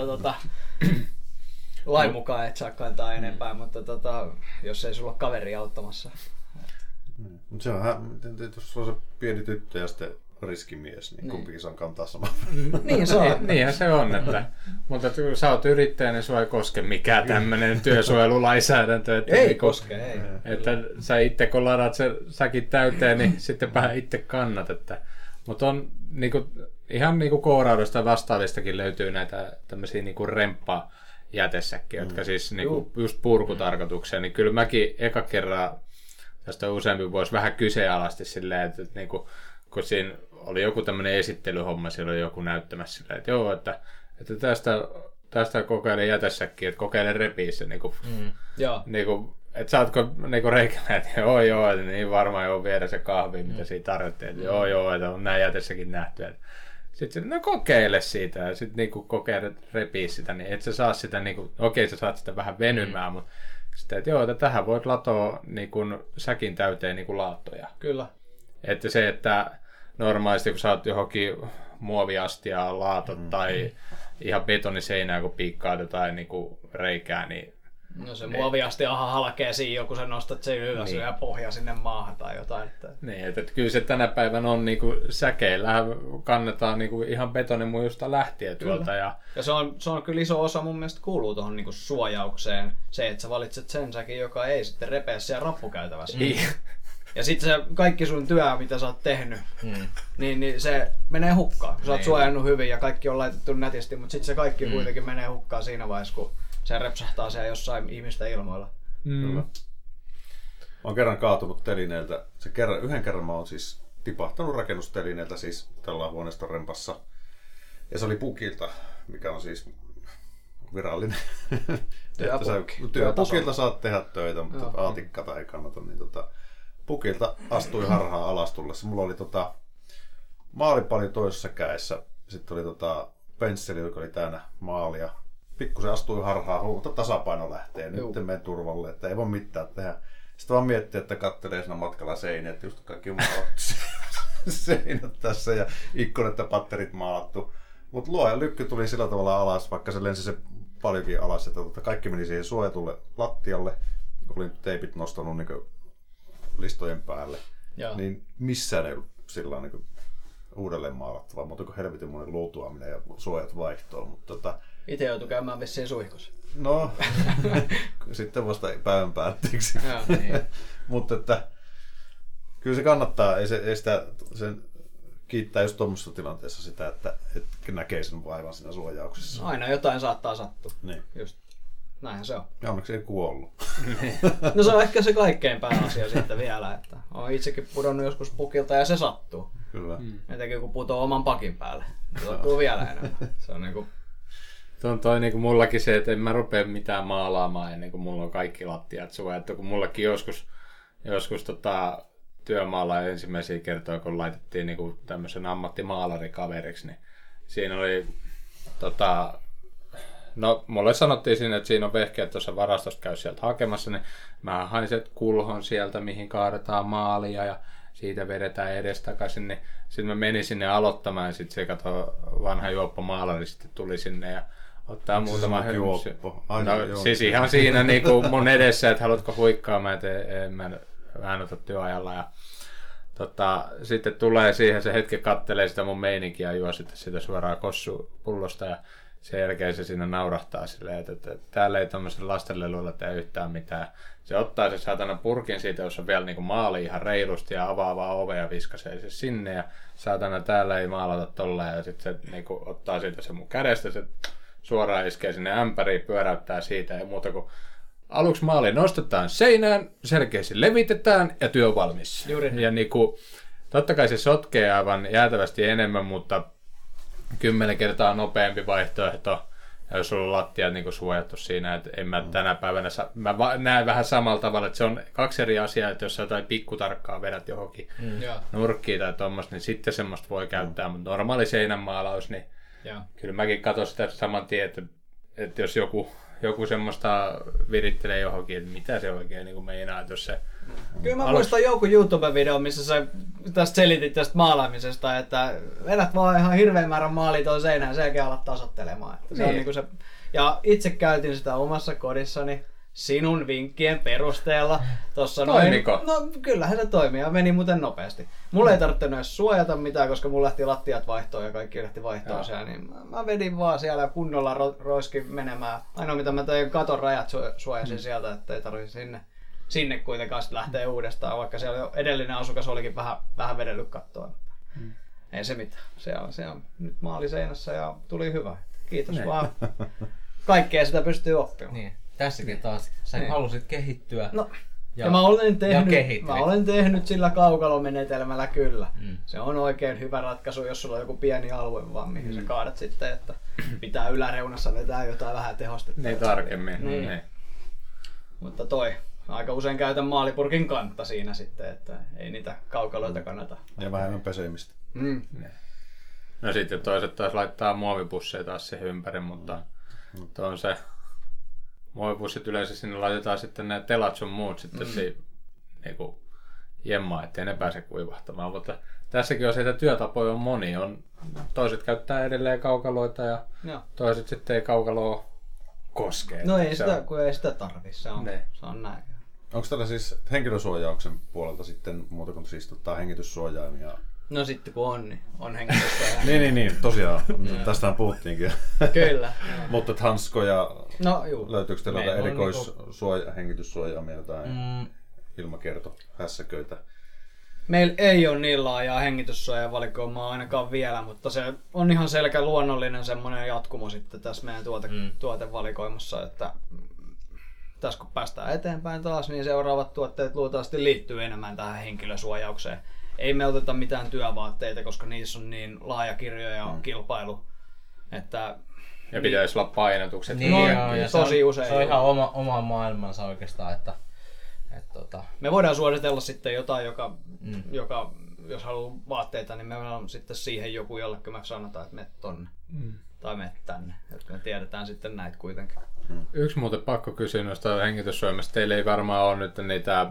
lain mukaan et saa kantaa enempää, mutta jos ei sulla ole kaveria auttamassa. Se on jos sulla on se pieni tyttö ja sitten riskimies, niin kumpikin saa kantaa samaa. Niin se on. Niinhän se on, mutta kun sä oot yrittäjä, niin sua ei koske mikään tämmöinen työsuojelulainsäädäntö. Ei koske, ei. Että sä itse kun ladaat sen säkin täyteen, niin sitten vähän itse kannat. Mutta on ihan kooraudosta ja vastaavistakin löytyy näitä tämmöisiä remppajätesäkkejä, jotka siis just purkutarkoituksia. Niin kyllä mäkin eka kerran, tästä useampi vuosi vähän kyseenalaisesti silleen, että kun siinä oli joku tämmöinen esittelyhomma, siellä oli joku näyttämässä silleen, että joo, että tästä kokeile jätesäkkiä, että kokeile repiä se että saatko reikällä, että joo, että niin varmaan joo viedä se kahvi, mitä siinä tarjottiin, että joo, että on näin jätessäkin nähty. Sitten no kokeile siitä ja sitten kokeile repiä sitä, niin et sä saa sitä, okei sä saat sitä vähän venymään, mutta sitten, että joo, että tähän voit latoa säkin täyteen laattoja. Kyllä. Että se, että normaalisti kun sä oot johonkin muoviastiaan laatot tai ihan betoniseinää, kun piikkaat jotain reikää, niin... No se muoviastiahan halkee siinä joku, sä nostat sen ylös ja pohja sinne maahan tai jotain. Että... Niin, että kyllä se tänä päivänä on säkeillähän kannetaan ihan betonimujusta lähtien tuolta. Ja se on kyllä iso osa mun mielestä kuuluu tuohon suojaukseen. Se, että sä valitset sen säkin, joka ei sitten repeä siellä rappukäytävässä. Ja sitten se kaikki sun työ, mitä sä oot tehnyt, niin se menee hukkaan. Sä oot suojannut hyvin ja kaikki on laitettu nätisti, mutta sitten se kaikki kuitenkin menee hukkaan siinä vaiheessa, kun se repsahtaa siellä jossain ihmisten ilmoilla. Mä oon kerran kaatunut telineeltä. Yhden kerran mä oon siis tipahtanut rakennustelineeltä siis tällä huoneiston rempassa. Ja se oli pukilta, mikä on siis virallinen. Työpukilta saat tehdä töitä, mutta aatikkata ei kannata. Niin pukilta astui harhaan alas tullessa. Mulla oli maalipali toisessa kädessä. Sitten oli pensseli, joka oli täynnä maalia. Pikkusen astui harhaan, mutta tasapaino lähtee. Nyt menen turvalle, että ei voi mitään tehdä. Sitten vaan miettii, että kattelee siinä matkalla seiniä, että just kaikki maalattu seinät tässä ja ikkunat ja patterit maalattu. Mutta luojan lykky tuli sillä tavalla alas, vaikka se lensi se paljonkin alas, että kaikki meni siihen suojatulle lattialle. Olin teipit nostanut listojen päälle. Niin missään ei ollut sillä uudelleen maalattavaa, mutta kun helvetin monen luutuaminen ja suojat vaihtoo. Mutta itse joutui käymään vissiin suihkossa. No, sitten vasta päivän päätteeksi. Mutta Kyllä se kannattaa, ei sitä, sen kiittää just tuommoisessa tilanteessa sitä, että näkee sen vaivan siinä suojauksessa. No, aina jotain saattaa sattua. Niin. Just. Näinhän se on. Ja onneksi ei kuollut. No se on ehkä se kaikkein pääasia sitten vielä, että olen itsekin pudonnut joskus pukilta ja se sattuu. Kyllä. Etenkin kun putoo oman pakin päälle. Se sattuu vielä enemmän. Se on niinku... Se on toi niinku mullakin se, että en mä rupea mitään maalaamaan ennen kuin mulla on kaikki lattiat suojattu. Kun mullakin joskus työmaalla ensimmäisiä kertoja, kun laitettiin niinku tämmöisen ammattimaalarikaveriksi, niin siinä oli no mulle sanottiin siinä, että siinä on vehkeet tuossa varastossa, käy sieltä hakemassa, niin mä hain sen kulhon sieltä, mihin kaadetaan maalia ja siitä vedetään edestakaisin, niin sitten mä menin sinne aloittamaan ja sitten se vanha juoppomaalari sitten tuli sinne ja ottaa muutama hymysy. No siis ihan siinä niinku mun edessä, että haluatko huikkaa, mä en ota työajalla ja sitten tulee siihen, se hetki kattelee sitä mun meininkiä ja juo sitten sitä suoraan kossupullosta ja sen jälkeen se siinä naurahtaa silleen, että täällä ei tommosen lastenleluilla tee yhtään mitään. Se ottaa se saatana purkin siitä, jos on vielä niinku maali ihan reilusti ja avaa vaan ovea ja viskasee se sinne ja saatana täällä ei maalata tolleen ja sitten se niinku ottaa siitä se mun kädestä, se suoraan iskee sinne ämpäriin, pyöräyttää siitä ja muuta kuin aluksi maali nostetaan seinään, selkeästi levitetään ja työ valmis. Juuri. Ja niinku, totta kai se sotkee aivan jäätävästi enemmän, mutta 10 kertaa nopeampi vaihtoehto. Ja jos sulla on lattiat niin suojattu siinä, että en mä tänä päivänä mä näen vähän samalla tavalla, että se on 2 eri asiaa, että jos sä jotain pikkutarkkaa vedät johonkin nurkkiin tai tuommoista, niin sitten semmoista voi käyttää, mutta normaali seinänmaalaus, niin kyllä mäkin katson sitä saman tien, että jos joku semmoista virittelee johonkin, että mitä se oikein niin meinaa, että jos se... Kyllä mä muistan joku YouTube-video, missä sä tästä selitit tästä maalaamisesta, että vedät vaan ihan hirveän määrän maalia tuon seinään, sen jälkeen alat tasoittelemaan. Että se on niin kuin se... Ja itse käytin sitä omassa kodissani sinun vinkkien perusteella. Toimiko? No kyllähän se toimii ja meni muuten nopeasti. Mulla ei tarvinnut edes suojata mitään, koska mulla lähti lattiat vaihtoon ja kaikki lähti vaihtoon siellä. Niin mä vedin vaan siellä kunnolla roiskin menemään. Ainoa mitä mä tein, katon rajat suojasin sieltä, ettei tarvitse sinne kuitenkaan sitten lähteä uudestaan, vaikka siellä jo edellinen asukas olikin vähän vedellyt kattoa. Ei se mitään. Se on nyt maali seinässä ja tuli hyvä. Kiitos vaan. Kaikkea sitä pystyy oppimaan. Niin. Tässäkin taas. Sä halusit kehittyä. No, ja mä olen tehnyt sillä kaukalomenetelmällä kyllä. Se on oikein hyvä ratkaisu, jos sulla on joku pieni alue vaan, mihin sä kaadat sitten, että pitää yläreunassa vetää jotain vähän tehostettua. Niin tarkemmin. Niin. Mutta aika usein käytän maalipurkin kantta siinä sitten, että ei niitä kaukaloita kannata. Ja vähemmän pesemistä. No sitten toiset taas laittaa muovipusseja taas siihen ympäri, mutta on se muovipussit yleensä sinne laitetaan sitten ne telat sun muut sitten niinku jemmaa, ettei ne pääse kuivahtamaan, mutta tässäkin on sitä työtapoja on moni. Toiset käyttää edelleen kaukaloita ja toiset sitten ei kaukaloa koskee. No ei sitä tarvitse, se on näin. Onko tällä siis henkilösuojauksen puolelta sitten muuta kuin siis hengityssuojaimia? No sitten kun on hengityssuojaimia. niin, tosiaan. Tästähän puhuttiinkin. Kyllä. Mutta hanskoja, löytyykö teillä hengityssuojaimia, jotain ilmakertohässäköitä? Meillä ei ole niin laajaa hengityssuojavalikoimaa ainakaan vielä, mutta se on ihan selkä luonnollinen semmoinen jatkumo sitten tässä meidän tuotevalikoimassa, että tässä kun päästään eteenpäin taas, niin seuraavat tuotteet luultavasti liittyy enemmän tähän henkilösuojaukseen. Ei me oteta mitään työvaatteita, koska niissä on niin laaja kirjo ja kilpailu, että... Ja pitäisi olla painotukset. Niin, ja tosi usein. Se on ihan oma maailmansa oikeastaan, että me voidaan suositella sitten jotain, joka jos haluaa vaatteita, niin me on sitten siihen joku, jollekin me sanotaan, että mene tonne tai mene tänne. Että me tiedetään sitten näitä kuitenkin. Yksi muuten pakko kysyä noista hengityssuojamista. Teillä ei varmaan ole nyt niitä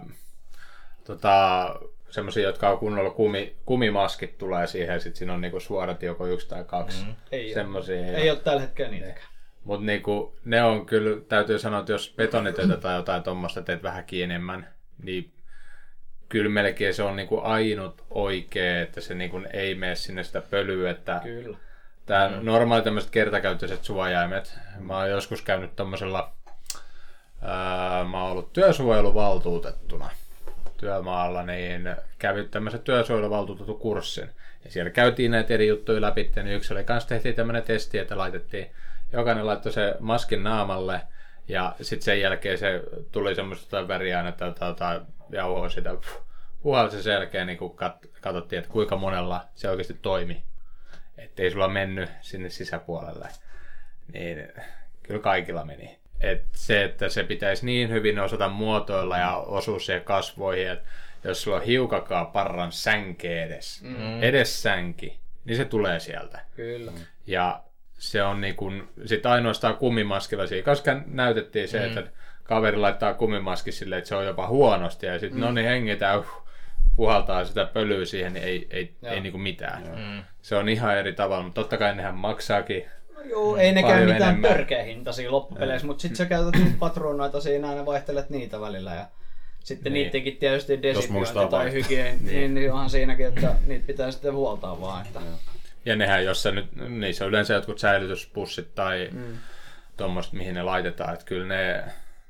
semmoisia, jotka on kunnolla kumimaskit tulee siihen ja sitten siinä on niinku suorat joko 1 tai 2. Ei ole tällä hetkellä niitäkään. Mutta niinku, ne on kyllä, täytyy sanoa, että jos betonitöitä tai jotain tuommoista teet vähänkin enemmän, niin kyllä melkein se on niinku ainut oikea, että se niinku ei mene sinne sitä pölyä. Että kyllä. Tää normaali tämmöiset kertakäyttöiset suojaimet. Mä oon joskus käynyt tommosella, mä oon ollut työsuojeluvaltuutettuna työmaalla, niin kävi tämmöisen työsuojeluvaltuutetun kurssin. Ja siellä käytiin näitä eri juttuja läpi, niin yksi oli kanssa tehtiin tämmöinen testi, että jokainen laittoi se maskin naamalle, ja sitten sen jälkeen se tuli semmoista väriainetta tai jauhoa sitä, puhalsi sen jälkeen, niin kun katsottiin, että kuinka monella se oikeasti toimi. Että ei sulla mennyt sinne sisäpuolelle. Niin kyllä kaikilla meni. Että se pitäisi niin hyvin osata muotoilla ja osua siihen kasvoihin, että jos sulla on hiukakaan parran sänke edes sänki, niin se tulee sieltä. Kyllä. Ja se on niin kuin, sit ainoastaan kummimaskilla siinä, koska näytettiin se, että kaveri laittaa kummimaski silleen, että se on jopa huonosti, ja sitten no niin hengitään, puhaltaa sitä pölyä siihen, niin ei niin kuin mitään. Se on ihan eri tavalla, mutta totta kai nehän maksaakin. Joo, ei nekään mitään törkeä hintaisia loppupeleissä, mutta sitten sä käytät niitä patruunoita siinä ja vaihtelet niitä välillä. Ja sitten niittenkin tietysti desifiointi tai hygieni, niin onhan siinäkin, että niitä pitää sitten huoltaa vaan. Että. Ja nehän, jos niissä on yleensä jotkut säilytyspussit tai tuommoiset, mihin ne laitetaan, että kyllä ne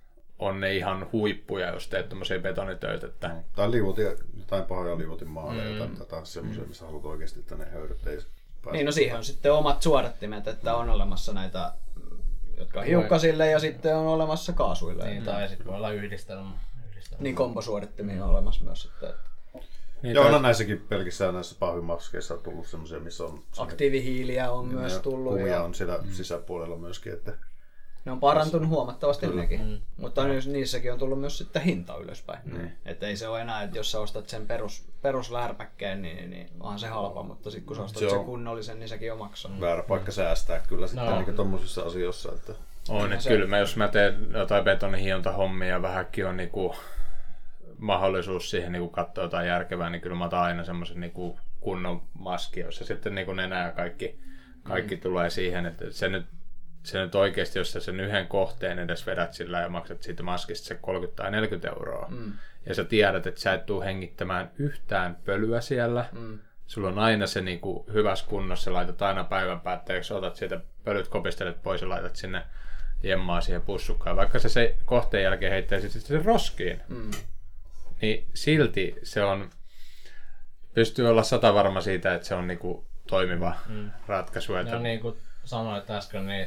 on ne ihan huippuja, jos teet tommosia betonitöitä. Että. Tai jotain pahoja liuotin maaleja tai taas semmoisia, missä haluat oikeasti, että ne höyryt ei pääse. Niin, no siihen on sitten omat suodattimet, että on olemassa näitä, jotka on hiukkasille ja sitten on olemassa kaasuille. Niin, tai sitten voi olla yhdistelmä. Niin, kombosuodattimia on olemassa myös sitten. Niin, joo, no näissäkin pelkissä näissä pahvimaskeissa on tullut semmoisia, missä on aktiivihiiliä on myös tullut. Kumia on siellä sisäpuolella myöskin, että ne on parantunut huomattavasti nekin, mutta niissäkin on tullut myös sitten hinta ylöspäin. Että ei se ole enää, että jos sä ostat sen peruslärpäkkeen, niin onhan se halpa, mutta sitten kun sä ostat sen kunnollisen, niin sekin on maksaa. Väärä paikka säästää kyllä sitten niin tommosissa asioissa. Että. On, että kyllä jos mä teen jotain betonihiontahommia ja vähänkin on niinku mahdollisuus siihen niinku katsoa jotain järkevää, niin kyllä mä otan aina semmoisen niinku kunnon maski, jossa sitten niinku nenä ja kaikki tulee siihen, että se nyt oikeasti, jos sä sen yhden kohteen edes vedät sillä ja maksat siitä maskista se 30 tai 40 euroa, ja sä tiedät, että sä et tuu hengittämään yhtään pölyä siellä, sulla on aina se niinku hyvässä kunnossa, laitat aina päivän päätteeksi, otat sieltä pölyt, kopistelet pois ja laitat sinne jemmaa siihen pussukkaan, vaikka se kohteen jälkeen heittäisi sitten roskiin, niin silti se on, pystyy olla 100 varma siitä, että se on niinku toimiva ratkaisu. Että. No niin kuin sanoit äsken, niin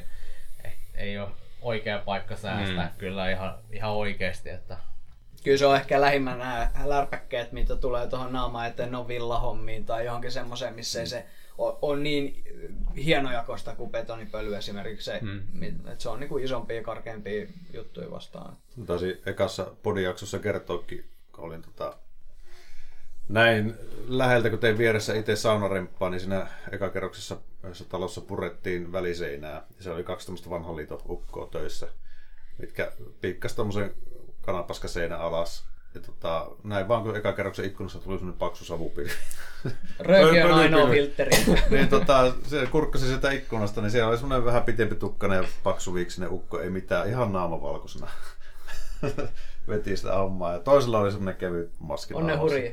ei ole oikea paikka säästää kyllä ihan oikeasti. Että. Kyllä se on ehkä lähimmän nämä lärpäkkeet, mitä tulee tuohon naamaan eteen, on villahommiin tai johonkin semmoiseen, missä ei se on niin hienojakoista kuin betonipöly esimerkiksi. Että se on niinku isompia ja karkeampia juttuja vastaan. Taisin ekassa podijaksossa kertoakin, kun olin näin läheltä, kun tein vieressä itse saunaremppaa, niin siinä ekakerroksessa yhdessä talossa purettiin väliseinää. Ja se oli 2 tämmöistä vanhan liiton ukkoa töissä, mitkä piikkasi tommosen kanapaskaseinän alas. Ja näin vaan, kun ekakerroksen ikkunassa tuli semmoinen paksu savupilvi. Rööki on ainoa filtteri. Niin se kurkkasi sieltä ikkunasta, niin siellä oli semmoinen vähän pitempi tukkainen ja paksuviiksinen ukko, ei mitään, ihan naamavalkoisena. Veti sitä hommaa ja toisella oli semmoinen kevyt maski. On ne hurjia.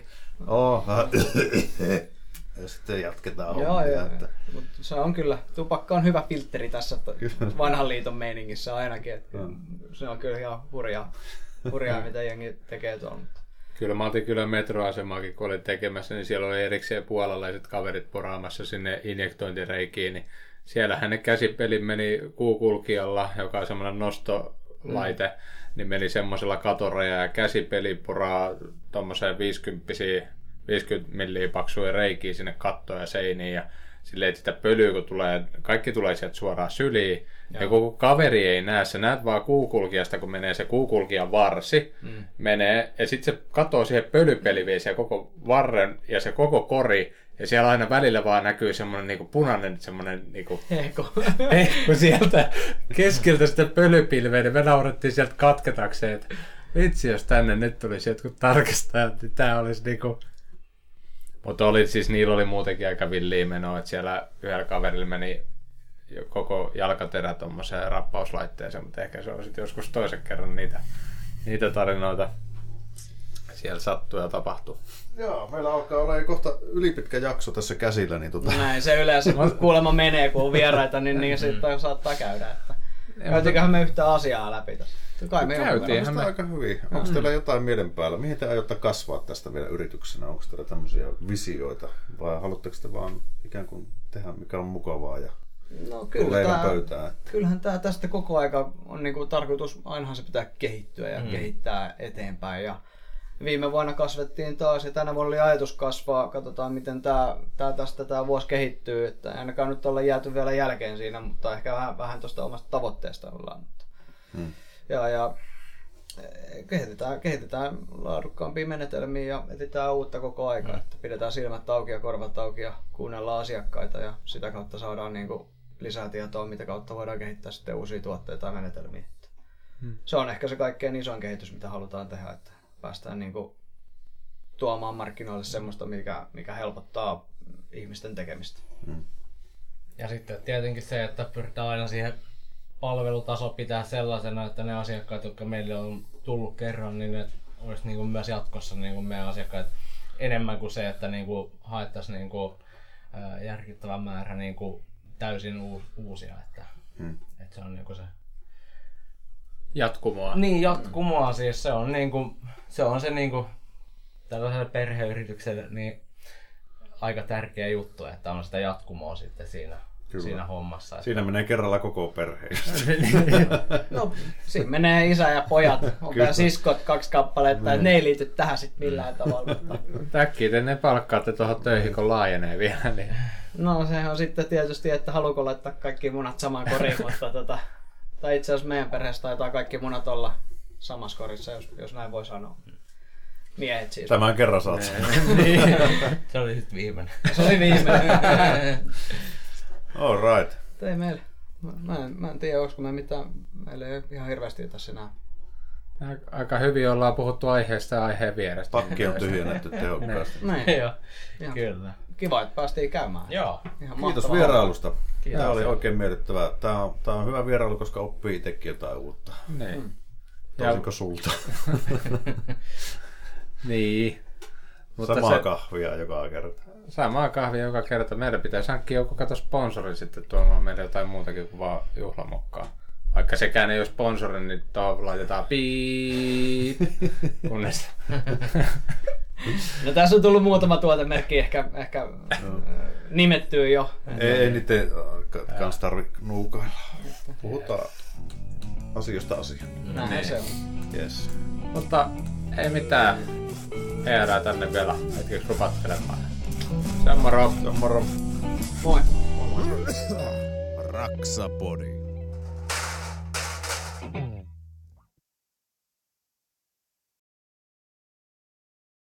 Ja sitten jatketaan hommia. Joo. Mutta se on kyllä, tupakka on hyvä filtteri tässä vanhan liiton meiningissä ainakin. Että se on kyllä ihan hurjaa mitä jengi tekee tuolla. Kyllä mä otin kyllä metroasemaakin, kun olin tekemässä, niin siellä oli erikseen puolalaiset kaverit poraamassa sinne injektointireikiin. Niin siellähän ne käsipeli meni kuukulkijalla, joka on semmoinen nostolaite, niin meni semmoisella katoraja ja käsipeli poraa tommoseen 50 milliä paksuja reikiä sinne kattoon ja seiniin. Ja silleen, että sitä pölyä, kun tulee, kaikki tulee sieltä suoraan syliin. Ja koko kaveri ei näe, sä näet vaan kuukulkijasta, kun menee se kuukulkijan varsi, menee, ja sitten se katoo siihen pölypeliviin, se koko varren ja se koko kori, ja siellä aina välillä vaan näkyy semmoinen niinku punainen semmoinen niinku hehko sieltä keskeltä sitä pölypilveä, niin me naurettiin sieltä katketakseen, että vitsi, jos tänne nyt tulisi jotkut tarkastajat, niin tää olisi niinku. Mutta niillä oli muutenkin aika villiä menoa, että siellä yhdellä kaverilla meni koko jalkaterä tommoseen rappauslaitteeseen, mutta ehkä se on sitten joskus toisen kerran niitä tarinoita siellä sattuu ja tapahtuu. Joo, meillä alkaa olla jo kohta ylipitkä jakso tässä käsillä. Niin Näin se yleensä kuulemma menee, kun on vieraita, niin sitten saattaa käydä. Käytiinköhän me yhtä asiaa läpi tässä? Kai me Käytiinhän aika hyvin. Onko teillä jotain mielen päällä? Mihin te aiotte kasvaa tästä vielä yrityksenä? Onko teillä tämmöisiä visioita? Vai haluatteko te vaan ikään kuin tehdä mikä on mukavaa ja No kyllähän tämä tästä koko aika on niinku tarkoitus, ainahan se pitää kehittyä ja kehittää eteenpäin. Ja viime vuonna kasvettiin taas ja tänä vuonna oli ajatus kasvaa. Katsotaan miten tämä vuosi kehittyy. Että ainakaan nyt olla jääty vielä jälkeen siinä, mutta ehkä vähän tuosta omasta tavoitteesta ollaan. Ja kehitetään laadukkaampia menetelmiä ja etsitään uutta koko aika. Että pidetään silmät auki ja korvat auki ja kuunnellaan asiakkaita ja sitä kautta saadaan niinku lisää tietoa, mitä kautta voidaan kehittää sitten uusia tuotteita ja menetelmiä. Se on ehkä se kaikkein isoin kehitys, mitä halutaan tehdä, että päästään niinku tuomaan markkinoille semmoista, mikä helpottaa ihmisten tekemistä. Ja sitten tietenkin se, että pyritään aina siihen palvelutaso pitää sellaisena, että ne asiakkaat, jotka meille on tullut kerran, niin ne olisi niinku myös jatkossa niinku meidän asiakkaat enemmän kuin se, että niinku haettaisiin niinku järkittävä määrä niinku täysin uusia. Että se on niinku se jatkumoa. Niin, jatkumoa siis. Se on se niinku tällaiselle perheyritykselle niin aika tärkeä juttu, että on sitä jatkumoa sitten siinä hommassa. Että... Siinä menee kerralla koko perheistä. No, siinä menee isä ja pojat, on vielä siskot 2 kappaletta, että ne ei liity tähän sitten millään tavalla. Äkkiä te ne palkkaatte tuohon töihin, kun laajenee vielä. Niin. No se on sitten tietysti, että haluuko laittaa kaikki munat samaan koriin, mutta tai itse asiassa meidän perheessä taitaa kaikki munat olla samassa korissa, jos näin voi sanoa. Miehet siis. Tämän kerran saat sanoa. Se oli sitten viimeinen. Se oli viimeinen. All right. Ei meillä. Mä en tiedä, olisiko meillä ei ole ihan hirveästi tässä enää. Aika hyvin ollaan puhuttu aiheesta ja aiheen vierestä. Pakki on tyhjennetty tehokkaasti. Joo, kyllä. Kiva, että päästiin käymään. Joo. Ihan Kiitos vierailusta. Kiitos. Tämä oli oikein miellyttävää. Tämä on hyvä vierailu, koska oppii itsekin jotain uutta. Niin. Toisinko sulta? Niin. Mutta samaa kahvia joka kerta. Samaa kahvia joka kerta. Meidän pitäisi hankkia joku sponsori sitten tuomaan meille jotain muutakin kuin vaan juhlamokkaa. Vaikka sekään ei ole sponsori, niin tuohon laitetaan piip. Kunnes. No tässä on tullut muutama tuotemerkki ehkä nimettyä jo. Ei niiden kanssa tarvitse nuukailla. Puhutaan asioista asiaan. Näin se on. Yes. Mutta ei mitään. Jäädään tänne vielä hetkeksi rupattelemaan. Se on moro. Se on moro. Moi. Raksapodi.